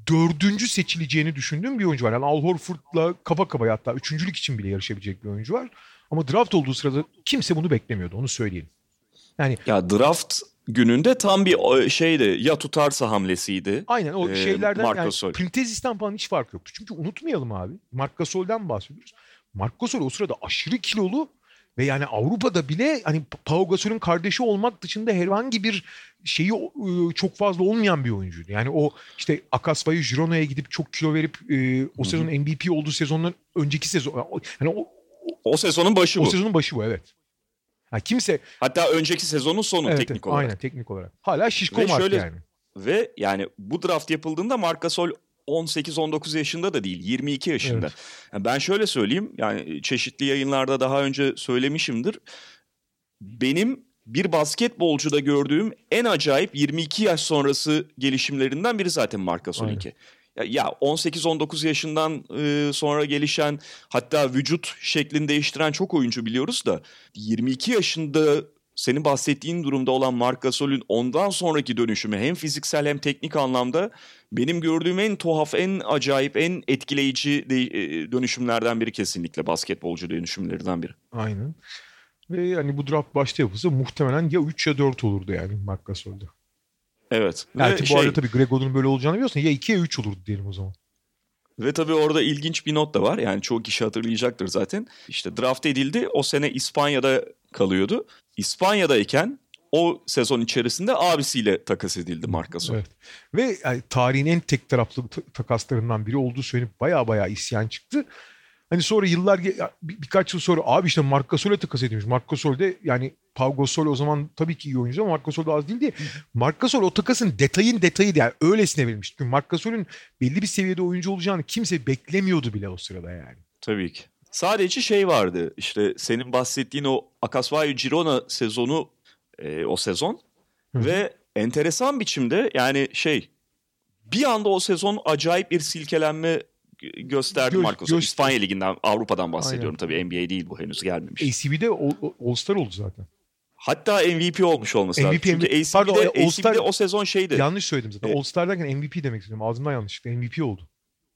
dördüncü seçileceğini düşündüğüm bir oyuncu var. Yani Al Horford'la kafa kafaya, hatta üçüncülük için bile yarışabilecek bir oyuncu var. Ama draft olduğu sırada kimse bunu beklemiyordu, onu söyleyelim. Yani Ya draft gününde tam bir şeydi, ya tutarsa hamlesiydi. aynen o şeylerden Marc yani Gasol. Printezis'ten falan hiç fark yoktu. Çünkü unutmayalım abi. Marc Gasol'den bahsediyoruz. Marc Gasol o sırada aşırı kilolu ve yani Avrupa'da bile hani Pau Gasol'ün kardeşi olmak dışında herhangi bir şeyi çok fazla olmayan bir oyuncuydu. Yani o işte Akasva'yı Girona'ya gidip çok kilo verip o sezon MVP olduğu sezondan önceki sezon, yani O sezonun başı o bu. sezonun başı bu, evet. Ha, kimse Hatta önceki sezonun sonu evet, teknik olarak. Aynen, teknik olarak. Hala şişko Ve Marc şöyle, yani. ve yani bu draft yapıldığında Marc Gasol 18-19 yaşında da değil, 22 yaşında. Evet. Yani ben şöyle söyleyeyim, yani çeşitli yayınlarda daha önce söylemişimdir. Benim bir basketbolcuda gördüğüm en acayip 22 yaş sonrası gelişimlerinden biri zaten Marc Gasol'ünki. Ya 18-19 yaşından sonra gelişen, hatta vücut şeklini değiştiren çok oyuncu biliyoruz da 22 yaşında senin bahsettiğin durumda olan Marc Gasol'ün ondan sonraki dönüşümü hem fiziksel hem teknik anlamda benim gördüğüm en tuhaf, en acayip, en etkileyici dönüşümlerden biri, kesinlikle basketbolcu dönüşümlerinden biri. Aynen. Ve yani bu draft başta yapılsa muhtemelen ya 3 ya 4 olurdu yani Marc Gasol'da. Evet. Yani Ve bu arada tabii Greg Oden'ın böyle olacağını biliyorsun. Ya 2 ya 3 olurdu diyelim o zaman. Ve tabii orada ilginç bir not da var. Yani çoğu kişi hatırlayacaktır zaten. İşte draft edildi. O sene İspanya'da kalıyordu. İspanya'dayken o sezon içerisinde abisiyle takas edildi Marc Gasol. Evet. Ve yani tarihin en tek taraflı takaslarından biri olduğu söylenip baya isyan çıktı. Hani sonra birkaç yıl sonra abi işte Marc Gasol'e takas edilmiş. Marc Gasol de yani Pau Gasol o zaman tabii ki iyi oyuncu ama Marc Gasol da az değildi. Marc Gasol o takasın detayıydı yani, öylesine verilmiş. Çünkü Marc Gasol'ün belli bir seviyede oyuncu olacağını kimse beklemiyordu bile o sırada yani. Tabii ki. Sadece şey vardı, işte senin bahsettiğin o Akasvaya Girona sezonu, o sezon. Ve enteresan biçimde yani bir anda o sezon acayip bir silkelenme gösterdi Marc Gasol. İspanya Ligi'nden, Avrupa'dan bahsediyorum. Tabii NBA değil, bu henüz gelmemiş. ACB'de All-Star oldu zaten. Hatta MVP olmuş olması lazım. Çünkü ACB'de o sezon şeydi. Yanlış söyledim zaten. All-Star derken MVP demek istedim. Ağzımdan yanlışlıkla MVP oldu.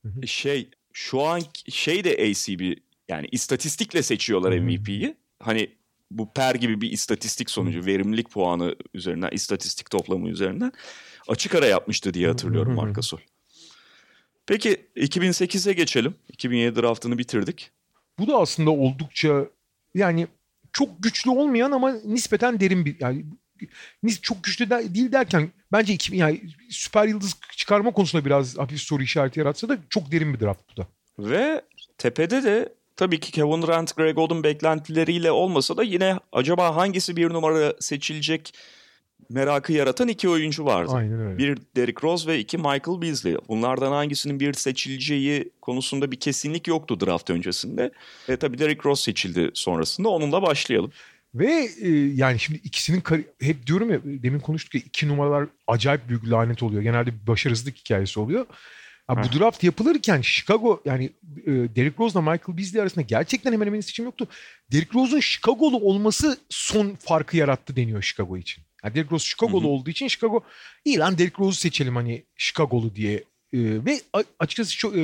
Şu an de ACB, yani istatistikle seçiyorlar MVP'yi. Hani bu PER gibi bir istatistik sonucu, verimlilik puanı üzerinden, istatistik toplamı üzerinden açık ara yapmıştı diye hatırlıyorum Marc Gasol. Peki 2008'e geçelim. 2007 draftını bitirdik. Bu da aslında oldukça yani çok güçlü olmayan ama nispeten derin bir, yani çok güçlü değil derken bence yani süper yıldız çıkarma konusunda biraz hafif soru işareti yaratsa da çok derin bir draft bu da. Ve tepede de tabii ki Kevin Durant, Greg Oden beklentileriyle olmasa da yine acaba hangisi bir numara seçilecek merakı yaratan iki oyuncu vardı. Aynen öyle. Bir Derrick Rose ve iki Michael Beasley. Bunlardan hangisinin bir seçileceği konusunda bir kesinlik yoktu draft öncesinde. Tabii Derrick Rose seçildi sonrasında. Onunla başlayalım. Ve yani şimdi ikisinin hep diyorum ya, demin konuştuk ya, 2 numaralar acayip büyük lanet oluyor. Genelde bir başarısızlık hikayesi oluyor. Bu draft yapılırken Chicago, yani Derrick Rose'la Michael Beasley arasında gerçekten hemen hemen seçim yoktu. Derrick Rose'un Chicago'lu olması son farkı yarattı deniyor Chicago için. Yani Derrick Rose Chicago'lu olduğu için Chicago iyi lan Derrick Rose'u seçelim hani Chicago'lu diye. Ve açıkçası çok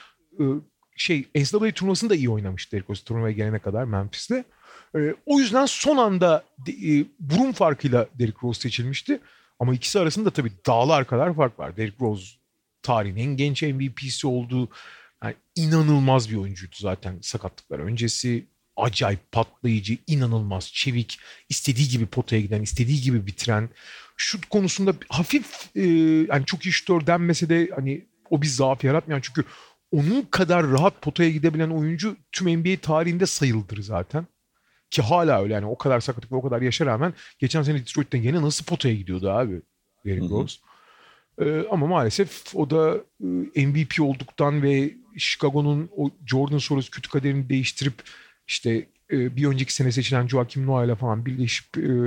NCAA turnuvasını da iyi oynamış Derrick Rose turnuvaya gelene kadar Memphis'te. O yüzden son anda burun farkıyla Derrick Rose seçilmişti. Ama ikisi arasında tabii dağlar kadar fark var. Derrick Rose tarihin en genç MVP'si oldu. Yani inanılmaz bir oyuncuydu zaten sakatlıklar öncesi. Acayip patlayıcı, inanılmaz çevik, istediği gibi potaya giden, istediği gibi bitiren. Şut konusunda hafif yani çok iyi şutör denmese de hani o bir zaaf yaratmayan, çünkü onun kadar rahat potaya gidebilen oyuncu tüm NBA tarihinde sayıldır zaten. Ki hala öyle yani, o kadar sakatlık ve o kadar yaşa rağmen geçen sene Detroit'ten gene nasıl potaya gidiyordu abi Derrick Rose. Ama maalesef o da MVP olduktan ve Chicago'nun o Jordan sonrası kötü kaderini değiştirip işte bir önceki sene seçilen Joakim Noah ile falan birleşip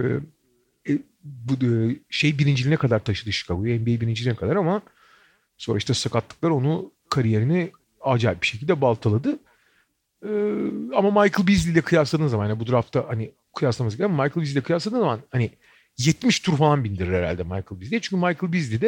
birinciliğine kadar taşıdı Chicago'yu, NBA birinciliğine kadar, ama sonra işte sakatlıklar onu, kariyerini acayip bir şekilde baltaladı. Ama Michael Beasley ile kıyasladığın zaman, yani bu draftta hani kıyaslaması gerekiyor ama Michael Beasley ile kıyasladığın zaman hani 70 tur falan bindirir herhalde Michael Beasley. Çünkü Michael Beasley de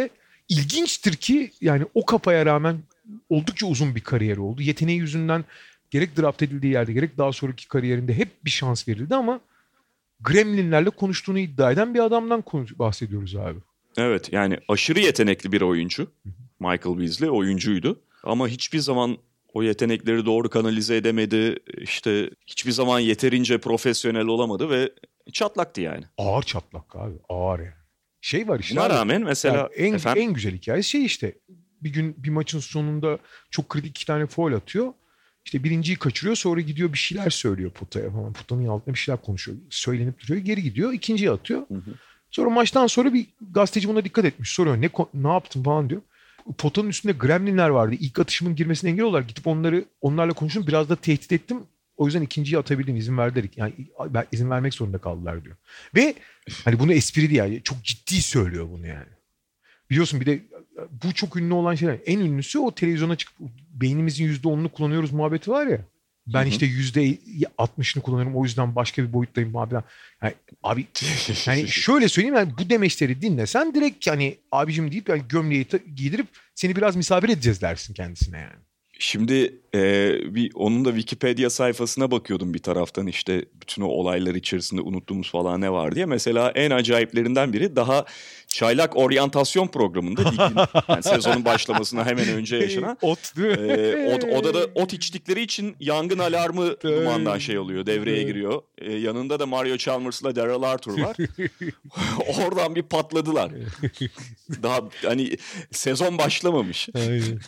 İlginçtir ki yani o kafaya rağmen oldukça uzun bir kariyeri oldu. Yeteneği yüzünden gerek draft edildiği yerde gerek daha sonraki kariyerinde hep bir şans verildi ama Gremlinlerle konuştuğunu iddia eden bir adamdan bahsediyoruz abi. Evet, yani aşırı yetenekli bir oyuncu. Michael Beasley oyuncuydu. Ama hiçbir zaman o yetenekleri doğru kanalize edemedi. İşte hiçbir zaman yeterince profesyonel olamadı ve çatlaktı yani. Ağır çatlak abi. Ağır yani. Şey var işte. Buna abi, rağmen mesela yani en güzel hikayesi şey işte. Bir gün bir maçın sonunda çok kritik 2 tane faul atıyor. İşte birinciyi kaçırıyor, sonra gidiyor bir şeyler söylüyor potaya falan. Potanın altında bir şeyler konuşuyor. Söylenip duruyor. Geri gidiyor. İkinciyi atıyor. Sonra maçtan sonra bir gazeteci buna dikkat etmiş. Soruyor ne yaptın falan diyor. Potanın üstünde gremlinler vardı. İlk atışımın girmesine engel olarak gidip onlarla konuştum. Biraz da tehdit ettim. O yüzden ikinciyi atabildim. İzin verdiler. Yani izin vermek zorunda kaldılar diyor. Ve hani bunu espri değil yani. Çok ciddi söylüyor bunu yani. Biliyorsun bir de bu çok ünlü olan şeyler. En ünlüsü o televizyona çıkıp beynimizin %10'unu kullanıyoruz muhabbeti var ya. Ben işte %60'ını kullanıyorum. O yüzden başka bir boyuttayım abi. Yani, abi yani şöyle söyleyeyim yani bu demeçleri dinlesen direkt hani abicim deyip yani gömleği giydirip seni biraz misafir edeceğiz dersin kendisine yani. Şimdi bir onun da Wikipedia sayfasına bakıyordum bir taraftan işte bütün o olaylar içerisinde unuttuğumuz falan ne var diye. Mesela en acayiplerinden biri daha çaylak oryantasyon programında ligin yani sezonun başlamasına hemen önce yaşanan ot değil mi? odada ot içtikleri için yangın alarmı dumandan şey oluyor, devreye giriyor. Yanında da Mario Chalmers'la Daryl Arthur var. Oradan bir patladılar. Daha hani sezon başlamamış. Aynen.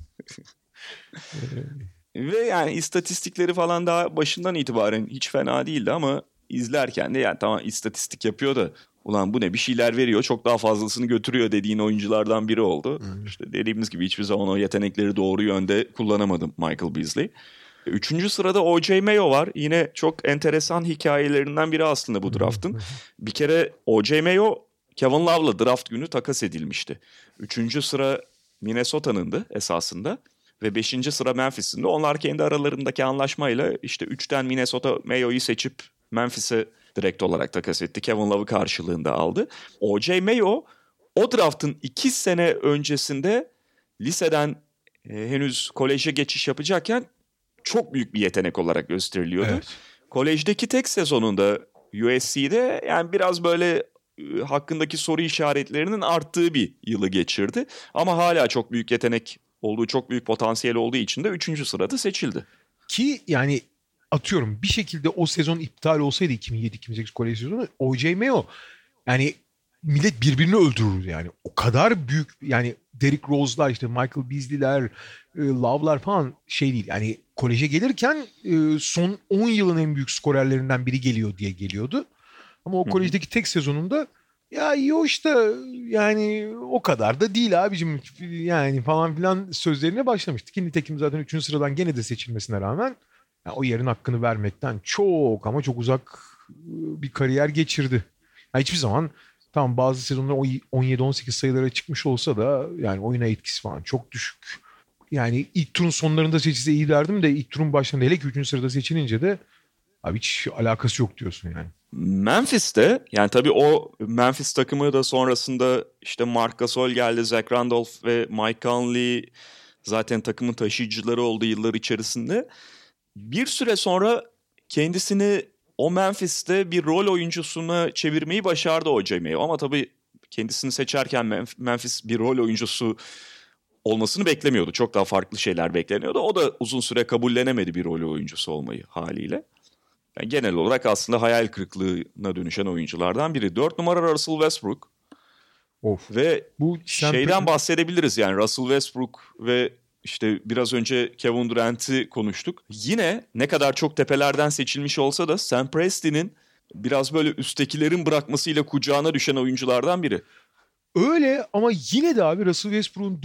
Ve yani istatistikleri falan daha başından itibaren hiç fena değildi ama izlerken de yani tamam istatistik yapıyor da ulan bu ne bir şeyler veriyor çok daha fazlasını götürüyor dediğin oyunculardan biri oldu. İşte dediğimiz gibi hiçbir zaman o yetenekleri doğru yönde kullanamadım Michael Beasley. 3. sırada O.J. Mayo var. Yine çok enteresan hikayelerinden biri aslında bu draftın. Bir kere O.J. Mayo Kevin Love'la draft günü takas edilmişti. 3. sıra Minnesota'nındı esasında. Ve 5. sıra Memphis'in de. Onlar kendi aralarındaki anlaşmayla işte 3'ten Minnesota Mayo'yu seçip Memphis'e direkt olarak takas etti. Kevin Love'ı karşılığında aldı. O.J. Mayo o draftın 2 sene öncesinde liseden henüz koleje geçiş yapacakken çok büyük bir yetenek olarak gösteriliyordu. Evet. Kolejdeki tek sezonunda USC'de yani biraz böyle hakkındaki soru işaretlerinin arttığı bir yılı geçirdi. Ama hala çok büyük yetenek olduğu, çok büyük potansiyel olduğu için de 3. sırada seçildi. Ki yani atıyorum bir şekilde o sezon iptal olsaydı 2007-2008 kolej sezonu O.J. Mayo yani millet birbirini öldürür yani. O kadar büyük yani Derrick Rose'lar işte Michael Beasley'ler, Love'lar falan şey değil. Yani koleje gelirken son 10 yılın en büyük skorerlerinden biri geliyor diye geliyordu. Ama o kolejdeki tek sezonunda ya iyi o işte yani o kadar da değil abicim yani falan filan sözlerine başlamıştık. Nitekim zaten 3. sıradan gene de seçilmesine rağmen yani o yerin hakkını vermekten çok ama çok uzak bir kariyer geçirdi. Yani hiçbir zaman tamam bazı sezonlar 17-18 sayılara çıkmış olsa da yani oyuna etkisi falan çok düşük. Yani ilk turun sonlarında seçilse iyi derdim de ilk turun başlarında hele ki 3. sırada seçilince de abi hiç alakası yok diyorsun yani. Memphis'te yani tabii o Memphis takımı da sonrasında işte Marc Gasol geldi, Zach Randolph ve Mike Conley zaten takımın taşıyıcıları oldu yıllar içerisinde. Bir süre sonra kendisini o Memphis'te bir rol oyuncusuna çevirmeyi başardı O.J. Mayo. Ama tabii kendisini seçerken Memphis bir rol oyuncusu olmasını beklemiyordu. Çok daha farklı şeyler bekleniyordu. O da uzun süre kabullenemedi bir rol oyuncusu olmayı haliyle. Yani genel olarak aslında hayal kırıklığına dönüşen oyunculardan biri. 4 numara Russell Westbrook. Of. Ve bu şeyden bahsedebiliriz yani Russell Westbrook ve işte biraz önce Kevin Durant'i konuştuk. Yine ne kadar çok tepelerden seçilmiş olsa da Sam Presti'nin biraz böyle üsttekilerin bırakmasıyla kucağına düşen oyunculardan biri. Öyle ama yine de abi Russell Westbrook'un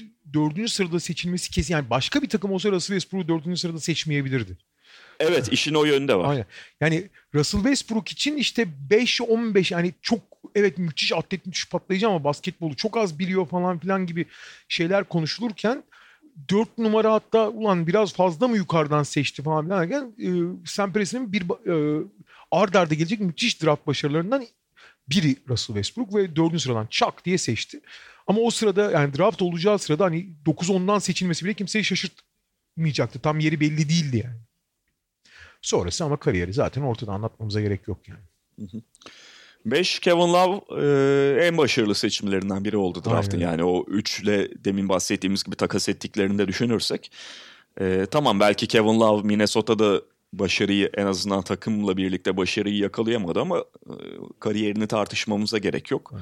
4. sırada seçilmesi kesin. Yani başka bir takım olsa Russell Westbrook'u 4. sırada seçmeyebilirdi. Evet işin o yönde var. Aynen. Yani Russell Westbrook için işte 5-15 yani çok evet müthiş atlet müthiş patlayıcı ama basketbolu çok az biliyor falan filan gibi şeyler konuşulurken 4 numara hatta ulan biraz fazla mı yukarıdan seçti falan filan derken Sam Presti'nin ard arda gelecek müthiş draft başarılarından biri Russell Westbrook ve 4. sıradan çak diye seçti. Ama o sırada yani draft olacağı sırada hani 9-10'dan seçilmesi bile kimseyi şaşırtmayacaktı. Tam yeri belli değildi yani. Sonrası ama kariyeri zaten ortada, anlatmamıza gerek yok yani. 5 Kevin Love en başarılı seçimlerinden biri oldu draft'ın. Aynen. Yani o 3'le demin bahsettiğimiz gibi takas ettiklerini de düşünürsek. Tamam, belki Kevin Love Minnesota'da başarıyı, en azından takımla birlikte başarıyı yakalayamadı ama kariyerini tartışmamıza gerek yok.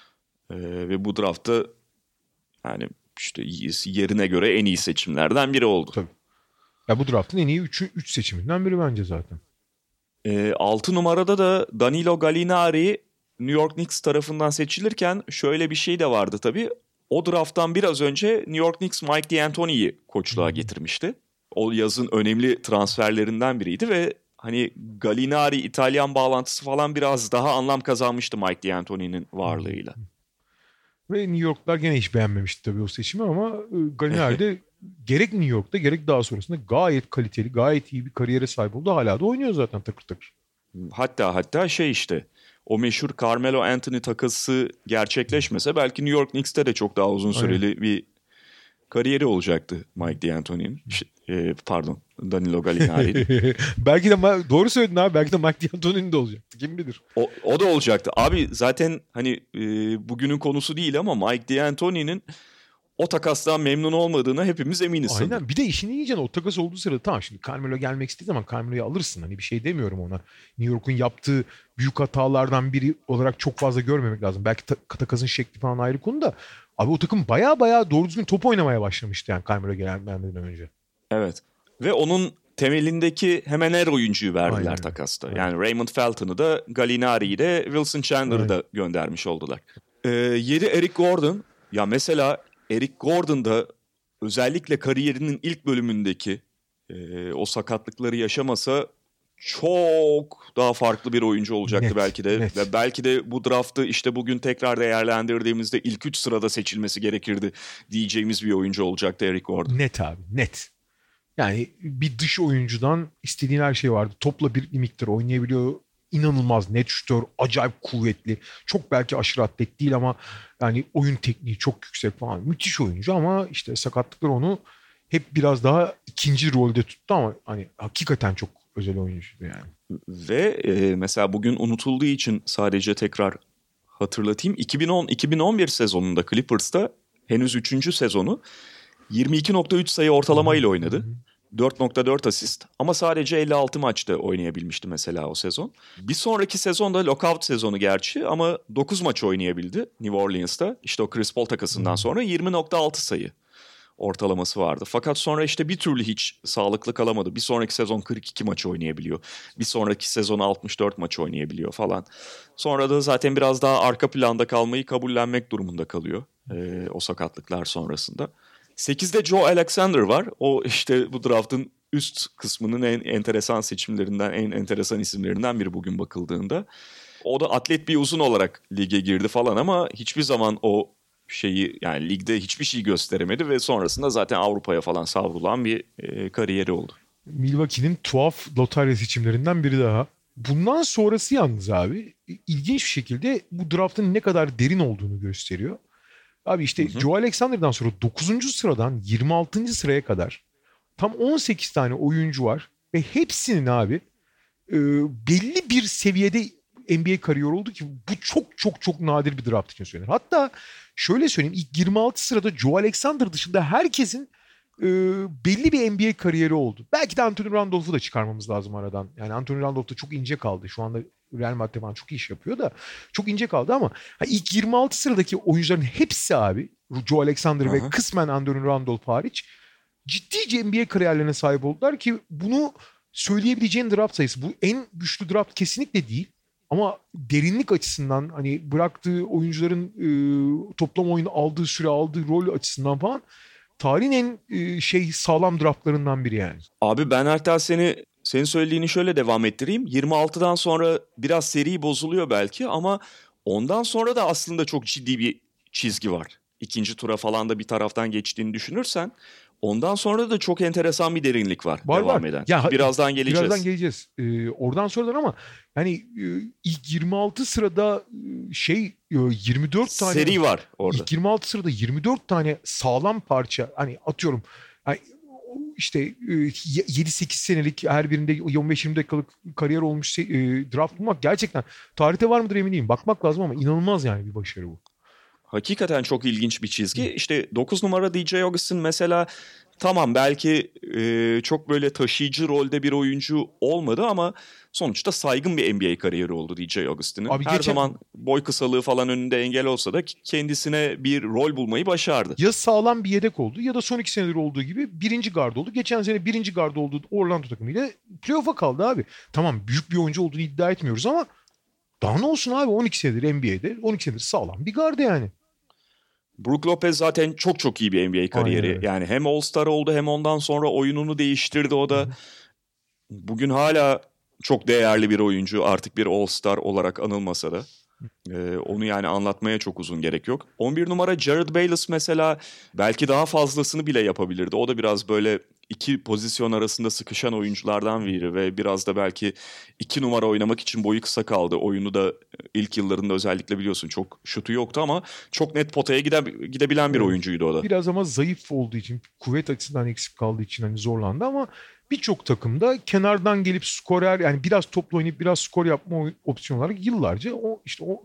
Ve bu draftta yani işte yerine göre en iyi seçimlerden biri oldu. Tabii. Ya bu draft'ın en iyi 3 seçiminden biri bence zaten. 6 numarada da Danilo Gallinari New York Knicks tarafından seçilirken şöyle bir şey de vardı tabii. O drafttan biraz önce New York Knicks Mike D'Antoni'yi koçluğa getirmişti. O yazın önemli transferlerinden biriydi ve hani Gallinari İtalyan bağlantısı falan biraz daha anlam kazanmıştı Mike D'Antoni'nin varlığıyla. Ve New York'lar gene hiç beğenmemişti tabii o seçimi ama Gallinari de gerek New York'ta gerek daha sonrasında gayet kaliteli, gayet iyi bir kariyere sahip oldu. Hala da oynuyor zaten takır takır. Hatta şey işte o meşhur Carmelo Anthony takası gerçekleşmese belki New York Knicks'te de çok daha uzun süreli bir kariyeri olacaktı Mike D'Antoni'nin. Pardon, Danilo Gallinari'nin. Belki de doğru söyledin abi. Belki de Mike D'Antoni'nin de olacaktı. Kim bilir. O da olacaktı. Abi zaten hani bugünün konusu değil ama Mike D'Antoni'nin o takastan memnun olmadığına hepimiz eminiz sanırım. Aynen. Bir de işini yiyeceksin. O takas olduğu sırada tamam, şimdi Carmelo gelmek istediği zaman Carmelo'yu alırsın. Hani bir şey demiyorum ona. New York'un yaptığı büyük hatalardan biri olarak çok fazla görmemek lazım. Belki takasın şekli falan ayrı konu da. Abi o takım baya doğru düzgün top oynamaya başlamıştı yani Carmelo gelmeden önce. Evet. Ve onun temelindeki hemen her oyuncuyu verdiler Aynen. takasta. Evet. Yani Raymond Felton'ı da Gallinari'yi de Wilson Chandler'ı da göndermiş oldular. 7 Eric Gordon. Ya mesela Eric Gordon da özellikle kariyerinin ilk bölümündeki o sakatlıkları yaşamasa çok daha farklı bir oyuncu olacaktı belki de. Net. Ve belki de bu draftı işte bugün tekrar değerlendirdiğimizde ilk 3 sırada seçilmesi gerekirdi diyeceğimiz bir oyuncu olacaktı Eric Gordon. Net abi, net. Yani bir dış oyuncudan istediğin her şey vardı. Topla bir miktar oynayabiliyor. İnanılmaz net şutör, acayip kuvvetli. Çok belki aşırı atlet değil ama yani oyun tekniği çok yüksek falan. Müthiş oyuncu ama işte sakatlıklar onu hep biraz daha ikinci rolde tuttu ama hani hakikaten çok özel oyuncuydu yani. Ve mesela bugün unutulduğu için sadece tekrar hatırlatayım. 2010-2011 sezonunda Clippers'ta henüz 3. sezonu 22.3 sayı ortalamayla oynadı. 4.4 asist ama sadece 56 maçta oynayabilmişti mesela o sezon. Bir sonraki sezonda lockout sezonu gerçi ama 9 maç oynayabildi New Orleans'ta. İşte o Chris Paul takasından sonra 20.6 sayı ortalaması vardı. Fakat sonra işte bir türlü hiç sağlıklı kalamadı. Bir sonraki sezon 42 maç oynayabiliyor. Bir sonraki sezon 64 maç oynayabiliyor falan. Sonra da zaten biraz daha arka planda kalmayı kabullenmek durumunda kalıyor o sakatlıklar sonrasında. 8'de Joe Alexander var. O işte bu draftın üst kısmının en enteresan seçimlerinden, en enteresan isimlerinden biri bugün bakıldığında. O da atlet bir uzun olarak lige girdi falan ama hiçbir zaman o şeyi, yani ligde hiçbir şey gösteremedi ve sonrasında zaten Avrupa'ya falan savrulan bir kariyeri oldu. Milwaukee'nin tuhaf lotarya seçimlerinden biri daha. Bundan sonrası yalnız abi ilginç bir şekilde bu draftın ne kadar derin olduğunu gösteriyor. Abi işte Joe Alexander'dan sonra 9. sıradan 26. sıraya kadar tam 18 tane oyuncu var ve hepsinin abi belli bir seviyede NBA kariyeri oldu ki bu çok nadir bir draft için söylenir. Hatta şöyle söyleyeyim, ilk 26 sırada Joe Alexander dışında herkesin belli bir NBA kariyeri oldu. Belki de Anthony Randolph'u da çıkarmamız lazım aradan. Yani Anthony Randolph da çok ince kaldı. Şu anda Real Madrid falan çok iyi iş yapıyor da çok ince kaldı ama ilk 26 sıradaki oyuncuların hepsi abi Joe Alexander ve kısmen Anthony Randolph hariç ciddi NBA kariyerlerine sahip oldular ki bunu söyleyebileceğin draft sayısı. Bu en güçlü draft kesinlikle değil. Ama derinlik açısından hani bıraktığı oyuncuların toplam oyunu aldığı süre, aldığı rol açısından falan tarihin en sağlam draftlarından biri yani. Abi ben hatta senin söylediğini şöyle devam ettireyim. 26'dan sonra biraz seri bozuluyor belki ama ondan sonra da aslında çok ciddi bir çizgi var. İkinci tura falan da bir taraftan geçtiğini düşünürsen Ondan sonra da çok enteresan bir derinlik var, devam eden. Ya, birazdan geleceğiz. Birazdan geleceğiz. Oradan sonradan ama yani ilk 26 sırada 24 tane seri var orada. İlk 26 sırada 24 tane sağlam parça, hani atıyorum yani işte 7-8 senelik, her birinde 15-20 dakikalık kariyer olmuş draft bulmak gerçekten tarihte var mıdır emin değilim. Bakmak lazım ama inanılmaz yani bir başarı bu. Hakikaten çok ilginç bir çizgi. İşte 9 numara DJ Augustin mesela, tamam belki çok böyle taşıyıcı rolde bir oyuncu olmadı ama sonuçta saygın bir NBA kariyeri oldu DJ Augustin'in. Her zaman boy kısalığı falan önünde engel olsa da kendisine bir rol bulmayı başardı. Ya sağlam bir yedek oldu ya da son 2 senedir olduğu gibi birinci gard oldu. Geçen sene birinci gard olduğu Orlando takımıyla playoff'a kaldı abi. Tamam, büyük bir oyuncu olduğunu iddia etmiyoruz ama daha ne olsun abi, 12 senedir NBA'de, 12 senedir sağlam bir gardı yani. Brook Lopez zaten çok çok iyi bir NBA kariyeri. Aynen. Yani hem All-Star oldu hem ondan sonra oyununu değiştirdi o da. Bugün hala çok değerli bir oyuncu, artık bir All-Star olarak anılmasa da. Onu yani anlatmaya çok uzun gerek yok. 11 numara Jared Bayless mesela belki daha fazlasını bile yapabilirdi. O da biraz böyle iki pozisyon arasında sıkışan oyunculardan biri ve biraz da belki 2 numara oynamak için boyu kısa kaldı. Oyunu da ilk yıllarında özellikle biliyorsun çok şutu yoktu ama çok net potaya gidebilen bir oyuncuydu o da. Biraz ama zayıf olduğu için, kuvvet açısından eksik kaldığı için hani zorlandı ama birçok takımda kenardan gelip skorer, yani biraz topla oynayıp biraz skor yapma opsiyonu olarak yıllarca o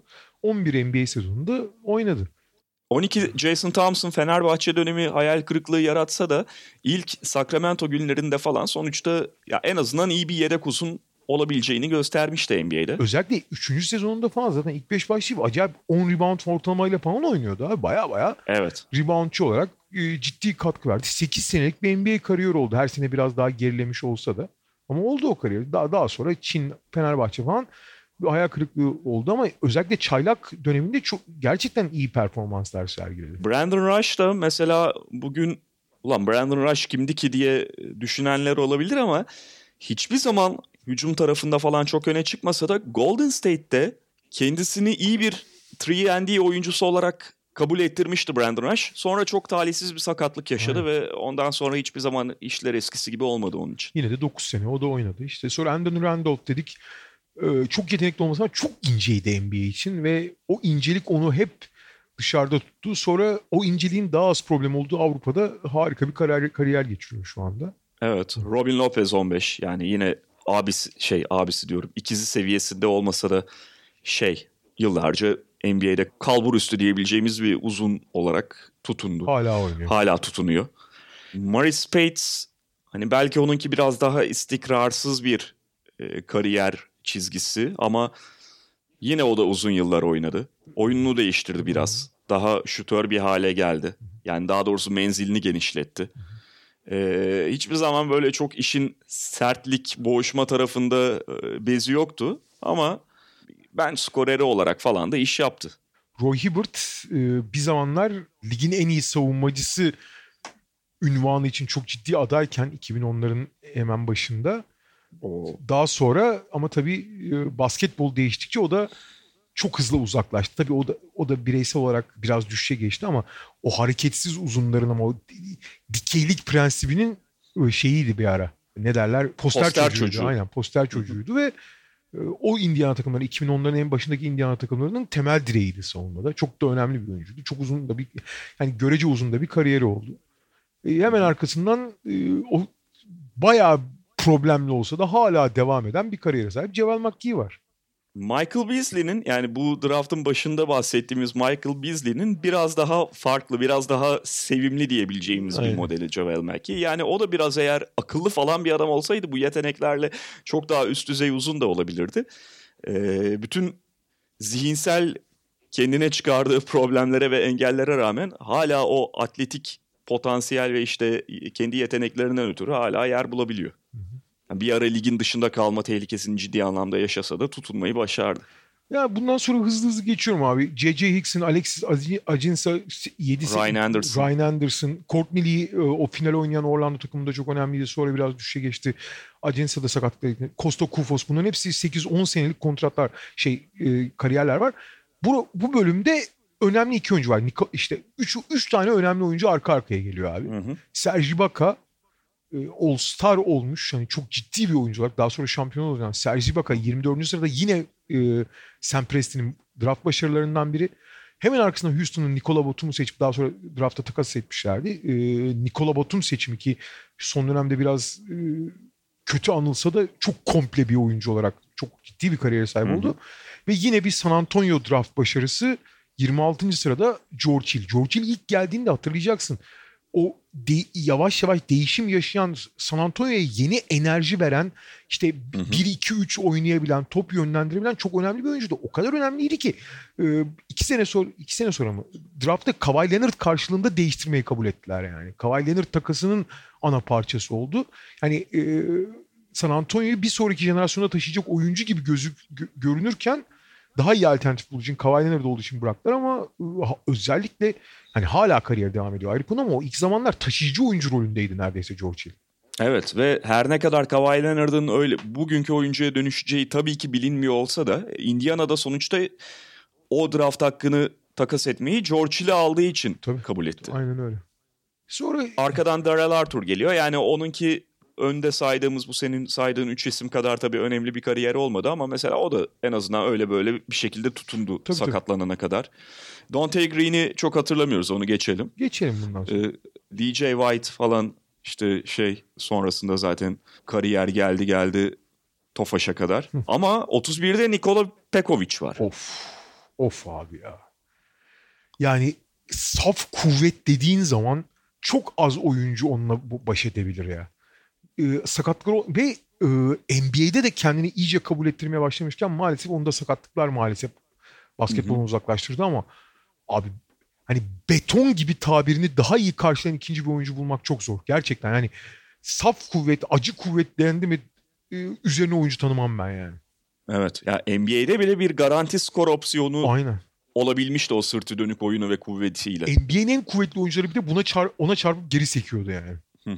11 NBA sezonunda oynadı. 12 Jason Thompson Fenerbahçe dönemi hayal kırıklığı yaratsa da ilk Sacramento günlerinde falan sonuçta ya en azından iyi bir yedek uzun olabileceğini göstermişti NBA'de. Özellikle 3. sezonunda falan zaten ilk 5 başlayıp acayip 10 rebound ortalamayla falan oynuyordu abi. Baya evet. Reboundçı olarak ciddi katkı verdi. 8 senelik bir NBA kariyeri oldu. Her sene biraz daha gerilemiş olsa da. Ama oldu o kariyer. Daha sonra Çin, Fenerbahçe falan bir hayal kırıklığı oldu ama özellikle çaylak döneminde çok gerçekten iyi performanslar sergiledi. Brandon Rush da mesela bugün ulan Brandon Rush kimdi ki diye düşünenler olabilir ama hiçbir zaman hücum tarafında falan çok öne çıkmasa da Golden State'te kendisini iyi bir 3&D oyuncusu olarak kabul ettirmişti Brandon Rush. Sonra çok talihsiz bir sakatlık yaşadı ve ondan sonra hiçbir zaman işler eskisi gibi olmadı onun için. Yine de 9 sene o da oynadı. İşte sonra Anthony Randolph dedik. Çok yetenekli olmasa çok inceydi NBA için ve o incelik onu hep dışarıda tuttu. Sonra o inceliğin daha az problem olduğu Avrupa'da harika bir kariyer geçiriyor şu anda. Evet, Robin Lopez 15, yani yine abisi diyorum, ikizi seviyesinde olmasa da yıllarca NBA'de kalbur üstü diyebileceğimiz bir uzun olarak tutundu. Hala oynuyor. Hala tutunuyor. Murray Spates, hani belki onunki biraz daha istikrarsız bir kariyer çizgisi ama yine o da uzun yıllar oynadı. Oyununu değiştirdi biraz. Daha şutör bir hale geldi. Yani daha doğrusu menzilini genişletti. Hiçbir zaman böyle çok işin sertlik, boğuşma tarafında bezi yoktu. Ama bench skoreri olarak falan da iş yaptı. Roy Hibbert bir zamanlar ligin en iyi savunmacısı ünvanı için çok ciddi adayken 2010'ların hemen başında. Daha sonra ama tabii basketbol değiştikçe o da çok hızlı uzaklaştı. Tabii o da bireysel olarak biraz düşüşe geçti ama o hareketsiz uzunların ama o dikeylik prensibinin şeyiydi bir ara. Ne derler? Poster çocuğuydu. Aynen, poster çocuğuydu ve o Indiana takımları 2010'ların en başındaki Indiana takımlarının temel direğiydi savunmada. Çok da önemli bir oyuncuydu. Çok uzun da yani görece uzun da bir kariyeri oldu. Hemen arkasından o bayağı problemli olsa da hala devam eden bir kariyere sahip JaVale McGee var. Michael Beasley'nin, yani bu draftın başında bahsettiğimiz Michael Beasley'nin biraz daha farklı, biraz daha sevimli diyebileceğimiz bir modeli JaVale McGee. Yani o da biraz eğer akıllı falan bir adam olsaydı bu yeteneklerle çok daha üst düzey uzun da olabilirdi. Bütün zihinsel kendine çıkardığı problemlere ve engellere rağmen hala o atletik potansiyel ve işte kendi yeteneklerinden ötürü hala yer bulabiliyor. Yani bir ara ligin dışında kalma tehlikesini ciddi anlamda yaşasa da tutunmayı başardı. Ya bundan sonra hızlı geçiyorum abi. J.J. Hicks'in, Alexis Ajinça, Ryan Anderson, Courtney Lee o final oynayan Orlando takımında çok önemliydi. Sonra biraz düşüşe geçti. Ajinça'da sakatlık. Kosta Koufos, bunların hepsi 8-10 senelik kontratlar, kariyerler var. Bu bölümde önemli iki oyuncu var. İşte üç tane önemli oyuncu arka arkaya geliyor abi. Hı hı. Serge Ibaka All-Star olmuş. Hani çok ciddi bir oyuncu olarak daha sonra şampiyon olacak. Serge Ibaka 24. sırada yine Sam Presti'nin draft başarılarından biri. Hemen arkasında Houston'un Nikola Batum'u seçip daha sonra drafta takas etmişlerdi. Nikola Batum seçimi ki son dönemde biraz kötü anılsa da çok komple bir oyuncu olarak çok ciddi bir kariyere sahip oldu. Ve yine bir San Antonio draft başarısı 26. sırada George Hill. George Hill ilk geldiğinde hatırlayacaksın. O yavaş yavaş değişim yaşayan San Antonio'ya yeni enerji veren işte 1-2-3 oynayabilen, top yönlendirebilen çok önemli bir oyuncuydu. O kadar önemliydi ki 2 sene sonra mı draftta Kawhi Leonard karşılığında değiştirmeyi kabul ettiler yani. Kawhi Leonard takasının ana parçası oldu. Yani San Antonio'yu bir sonraki jenerasyona taşıyacak oyuncu gibi görünürken daha iyi alternatif bulduğu için Kawhi Leonard olduğu için bıraktılar ama özellikle hani hala kariyer devam ediyor ayrı konu ama o ilk zamanlar taşıyıcı oyuncu rolündeydi neredeyse George Hill. Evet ve her ne kadar Kawhi Leonard'ın öyle bugünkü oyuncuya dönüşeceği tabii ki bilinmiyor olsa da Indiana'da sonuçta o draft hakkını takas etmeyi George Hill'i aldığı için kabul etti. Aynen öyle. Sonra arkadan Darrell Arthur geliyor. Yani onunki önde saydığımız bu senin saydığın 3 isim kadar tabii önemli bir kariyer olmadı ama mesela o da en azından öyle böyle bir şekilde tutundu sakatlanana kadar. Dante Green'i çok hatırlamıyoruz, onu geçelim. Geçelim bundan sonra. DJ White falan işte sonrasında zaten kariyer geldi Tofaş'a kadar. Ama 31'de Nikola Pekovic var. Of abi ya. Yani saf kuvvet dediğin zaman çok az oyuncu onunla baş edebilir ya. Sakatlıklar ve NBA'de de kendini iyice kabul ettirmeye başlamışken maalesef onda sakatlıklar maalesef basketbolunu uzaklaştırdı ama abi hani beton gibi tabirini daha iyi karşılayan ikinci bir oyuncu bulmak çok zor. Gerçekten yani saf kuvvet, acı kuvvet dendi mi üzerine oyuncu tanımam ben yani. Evet. Ya NBA'de bile bir garanti skor opsiyonu aynen olabilmişti o sırtı dönük oyunu ve kuvvetiyle. NBA'nin en kuvvetli oyuncuları bile ona çarpıp geri sekiyordu yani.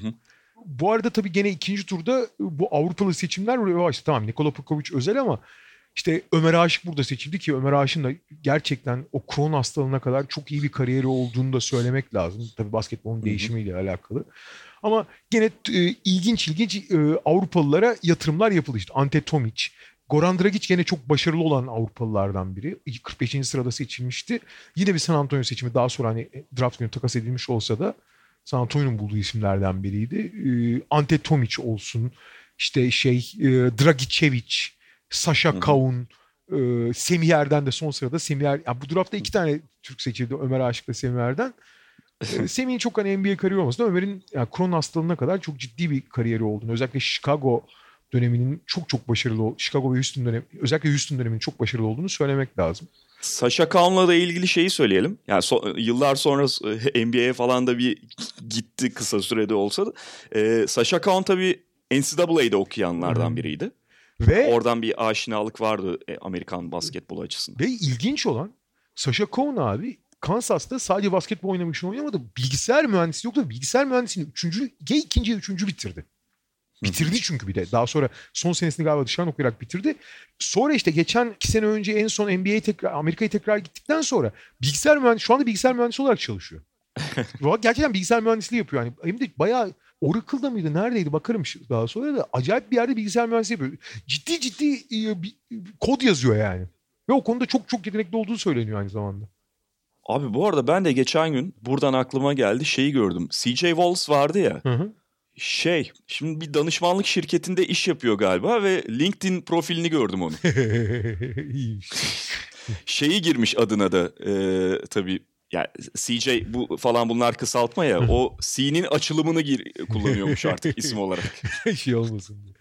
Bu arada tabii gene ikinci turda bu Avrupalı seçimler başladı. Tamam Nikola Pekovic özel ama işte Ömer Aşık burada seçildi ki Ömer Aşık'ın da gerçekten o Crohn hastalığına kadar çok iyi bir kariyeri olduğunu da söylemek lazım. Tabii basketbolun değişimiyle alakalı. Ama gene ilginç Avrupalılara yatırımlar yapıldı. İşte Ante Tomic, Goran Dragic gene çok başarılı olan Avrupalılardan biri. 45. sırada seçilmişti. Yine bir San Antonio seçimi daha sonra hani draft günü takas edilmiş olsa da San Antonio'nun bulduğu isimlerden biriydi. Ante Tomic olsun, işte Dragicevic, Sasha Kaun, Semih Erden de son sırada. Yani bu draftta 2 tane Türk seçildi. Ömer Aşık'la Semih Erden. Semih'in çok hani NBA kariyeri olmasın da Ömer'in yani Crohn hastalığına kadar çok ciddi bir kariyeri olduğunu, özellikle Chicago döneminin çok başarılı Chicago ve Houston dönemi, özellikle Houston döneminin çok başarılı olduğunu söylemek lazım. Sasha Kaun'la da ilgili şeyi söyleyelim. Yani yıllar sonra NBA'ye falan da bir gitti kısa sürede olsa da. Sasha Kaun tabii NCAA'de okuyanlardan biriydi. Ve oradan bir aşinalık vardı Amerikan basketbolu açısından. Ve ilginç olan Sasha Kaun abi Kansas'ta sadece basketbol oynamak için oynamadı. Bilgisayar mühendisi yoktu. Bilgisayar mühendisliğini ikinci ya üçüncü bitirdi. Bitirdi çünkü bir de. Daha sonra son senesini galiba dışarıdan okuyarak bitirdi. Sonra işte geçen 2 sene önce en son Amerika'ya tekrar gittikten sonra şu anda bilgisayar mühendisi olarak çalışıyor. Gerçekten bilgisayar mühendisliği yapıyor. Yani hem de bayağı Oracle'da mıydı? Neredeydi? Bakarım daha sonra da. Acayip bir yerde bilgisayar mühendisliği yapıyor. Ciddi kod yazıyor yani. Ve o konuda çok yetenekli olduğu söyleniyor aynı zamanda. Abi bu arada ben de geçen gün buradan aklıma geldi şeyi gördüm. CJ Wallace vardı ya. Şimdi bir danışmanlık şirketinde iş yapıyor galiba ve LinkedIn profilini gördüm onu. İyiymiş. Şeyi girmiş adına da tabii yani CJ bu falan bunlar kısaltma ya. O C'nin açılımını kullanıyormuş artık isim olarak. Olmasın diye.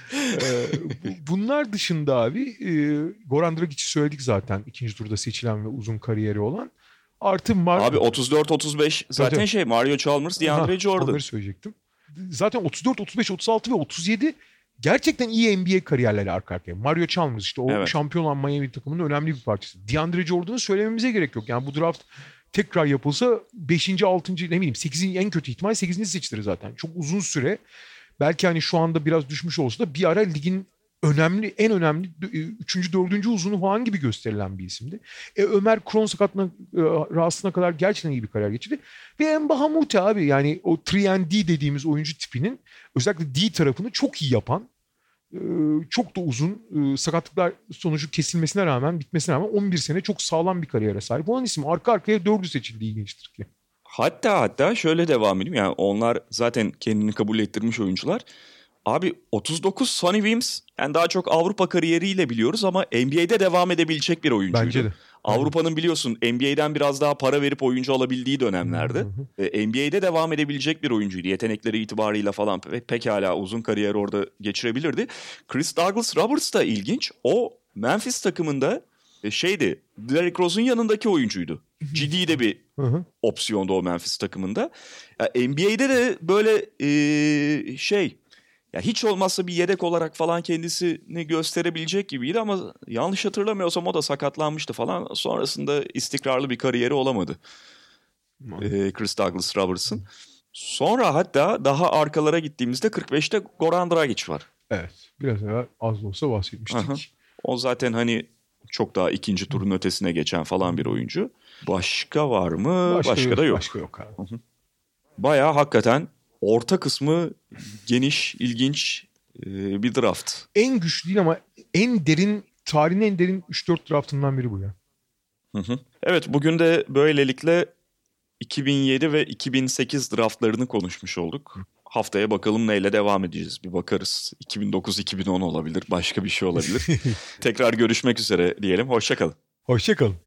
Bunlar dışında abi Goran Dragic'i söyledik zaten ikinci turda seçilen ve uzun kariyeri olan. Artı abi 34-35 zaten Mario Chalmers, DeAndre Jordan. Onları söyleyecektim. Zaten 34, 35, 36 ve 37 gerçekten iyi NBA kariyerleri arka arkaya. Mario Chalmers işte o şampiyon olan Miami takımının önemli bir parçası. DeAndre Jordan'ı söylememize gerek yok. Yani bu draft tekrar yapılsa 5. 6. ne bileyim 8. en kötü ihtimal 8. seçilir zaten. Çok uzun süre belki hani şu anda biraz düşmüş olsa da bir ara ligin önemli, en önemli 3. 4. uzunu falan gibi gösterilen bir isimdi. Ömer Kron sakatlığına, rahatsızlığına kadar gerçekten iyi bir kariyer geçirdi. Ve Mbahamute abi, yani o 3&D dediğimiz oyuncu tipinin özellikle D tarafını çok iyi yapan, çok da uzun, sakatlıklar sonucu kesilmesine rağmen, bitmesine rağmen 11 sene çok sağlam bir kariyere sahip olan isim. Arka arkaya 4'ü seçildi, ilginçtir ki. Hatta şöyle devam edeyim. Yani onlar zaten kendini kabul ettirmiş oyuncular. Abi 39 Sonny Weems, yani daha çok Avrupa kariyeriyle biliyoruz ama NBA'de devam edebilecek bir oyuncuydu. Bence de. Avrupa'nın biliyorsun NBA'den biraz daha para verip oyuncu alabildiği dönemlerdi. NBA'de devam edebilecek bir oyuncuydu. Yetenekleri itibarıyla falan pekala uzun kariyer orada geçirebilirdi. Chris Douglas Roberts da ilginç. O Memphis takımında Derrick Rose'un yanındaki oyuncuydu. Ciddi de bir opsiyondu o Memphis takımında. NBA'de de böyle ya hiç olmazsa bir yedek olarak falan kendisini gösterebilecek gibiydi ama yanlış hatırlamıyorsam o da sakatlanmıştı falan. Sonrasında istikrarlı bir kariyeri olamadı Chris Douglas Roberts'ın. Sonra hatta daha arkalara gittiğimizde 45'te Goran Dragic var. Evet, biraz evvel az da olsa bahsetmiştik. Aha. O zaten hani çok daha ikinci turun ötesine geçen falan bir oyuncu. Başka var mı? Başka da yok. Başka yok abi. Bayağı hakikaten orta kısmı geniş, ilginç bir draft. En güçlü değil ama en derin, tarihin en derin 3-4 draftından biri bu ya. Evet, bugün de böylelikle 2007 ve 2008 draftlarını konuşmuş olduk. Haftaya bakalım neyle devam edeceğiz, bir bakarız. 2009-2010 olabilir, başka bir şey olabilir. Tekrar görüşmek üzere diyelim, hoşça kalın. Hoşça kalın.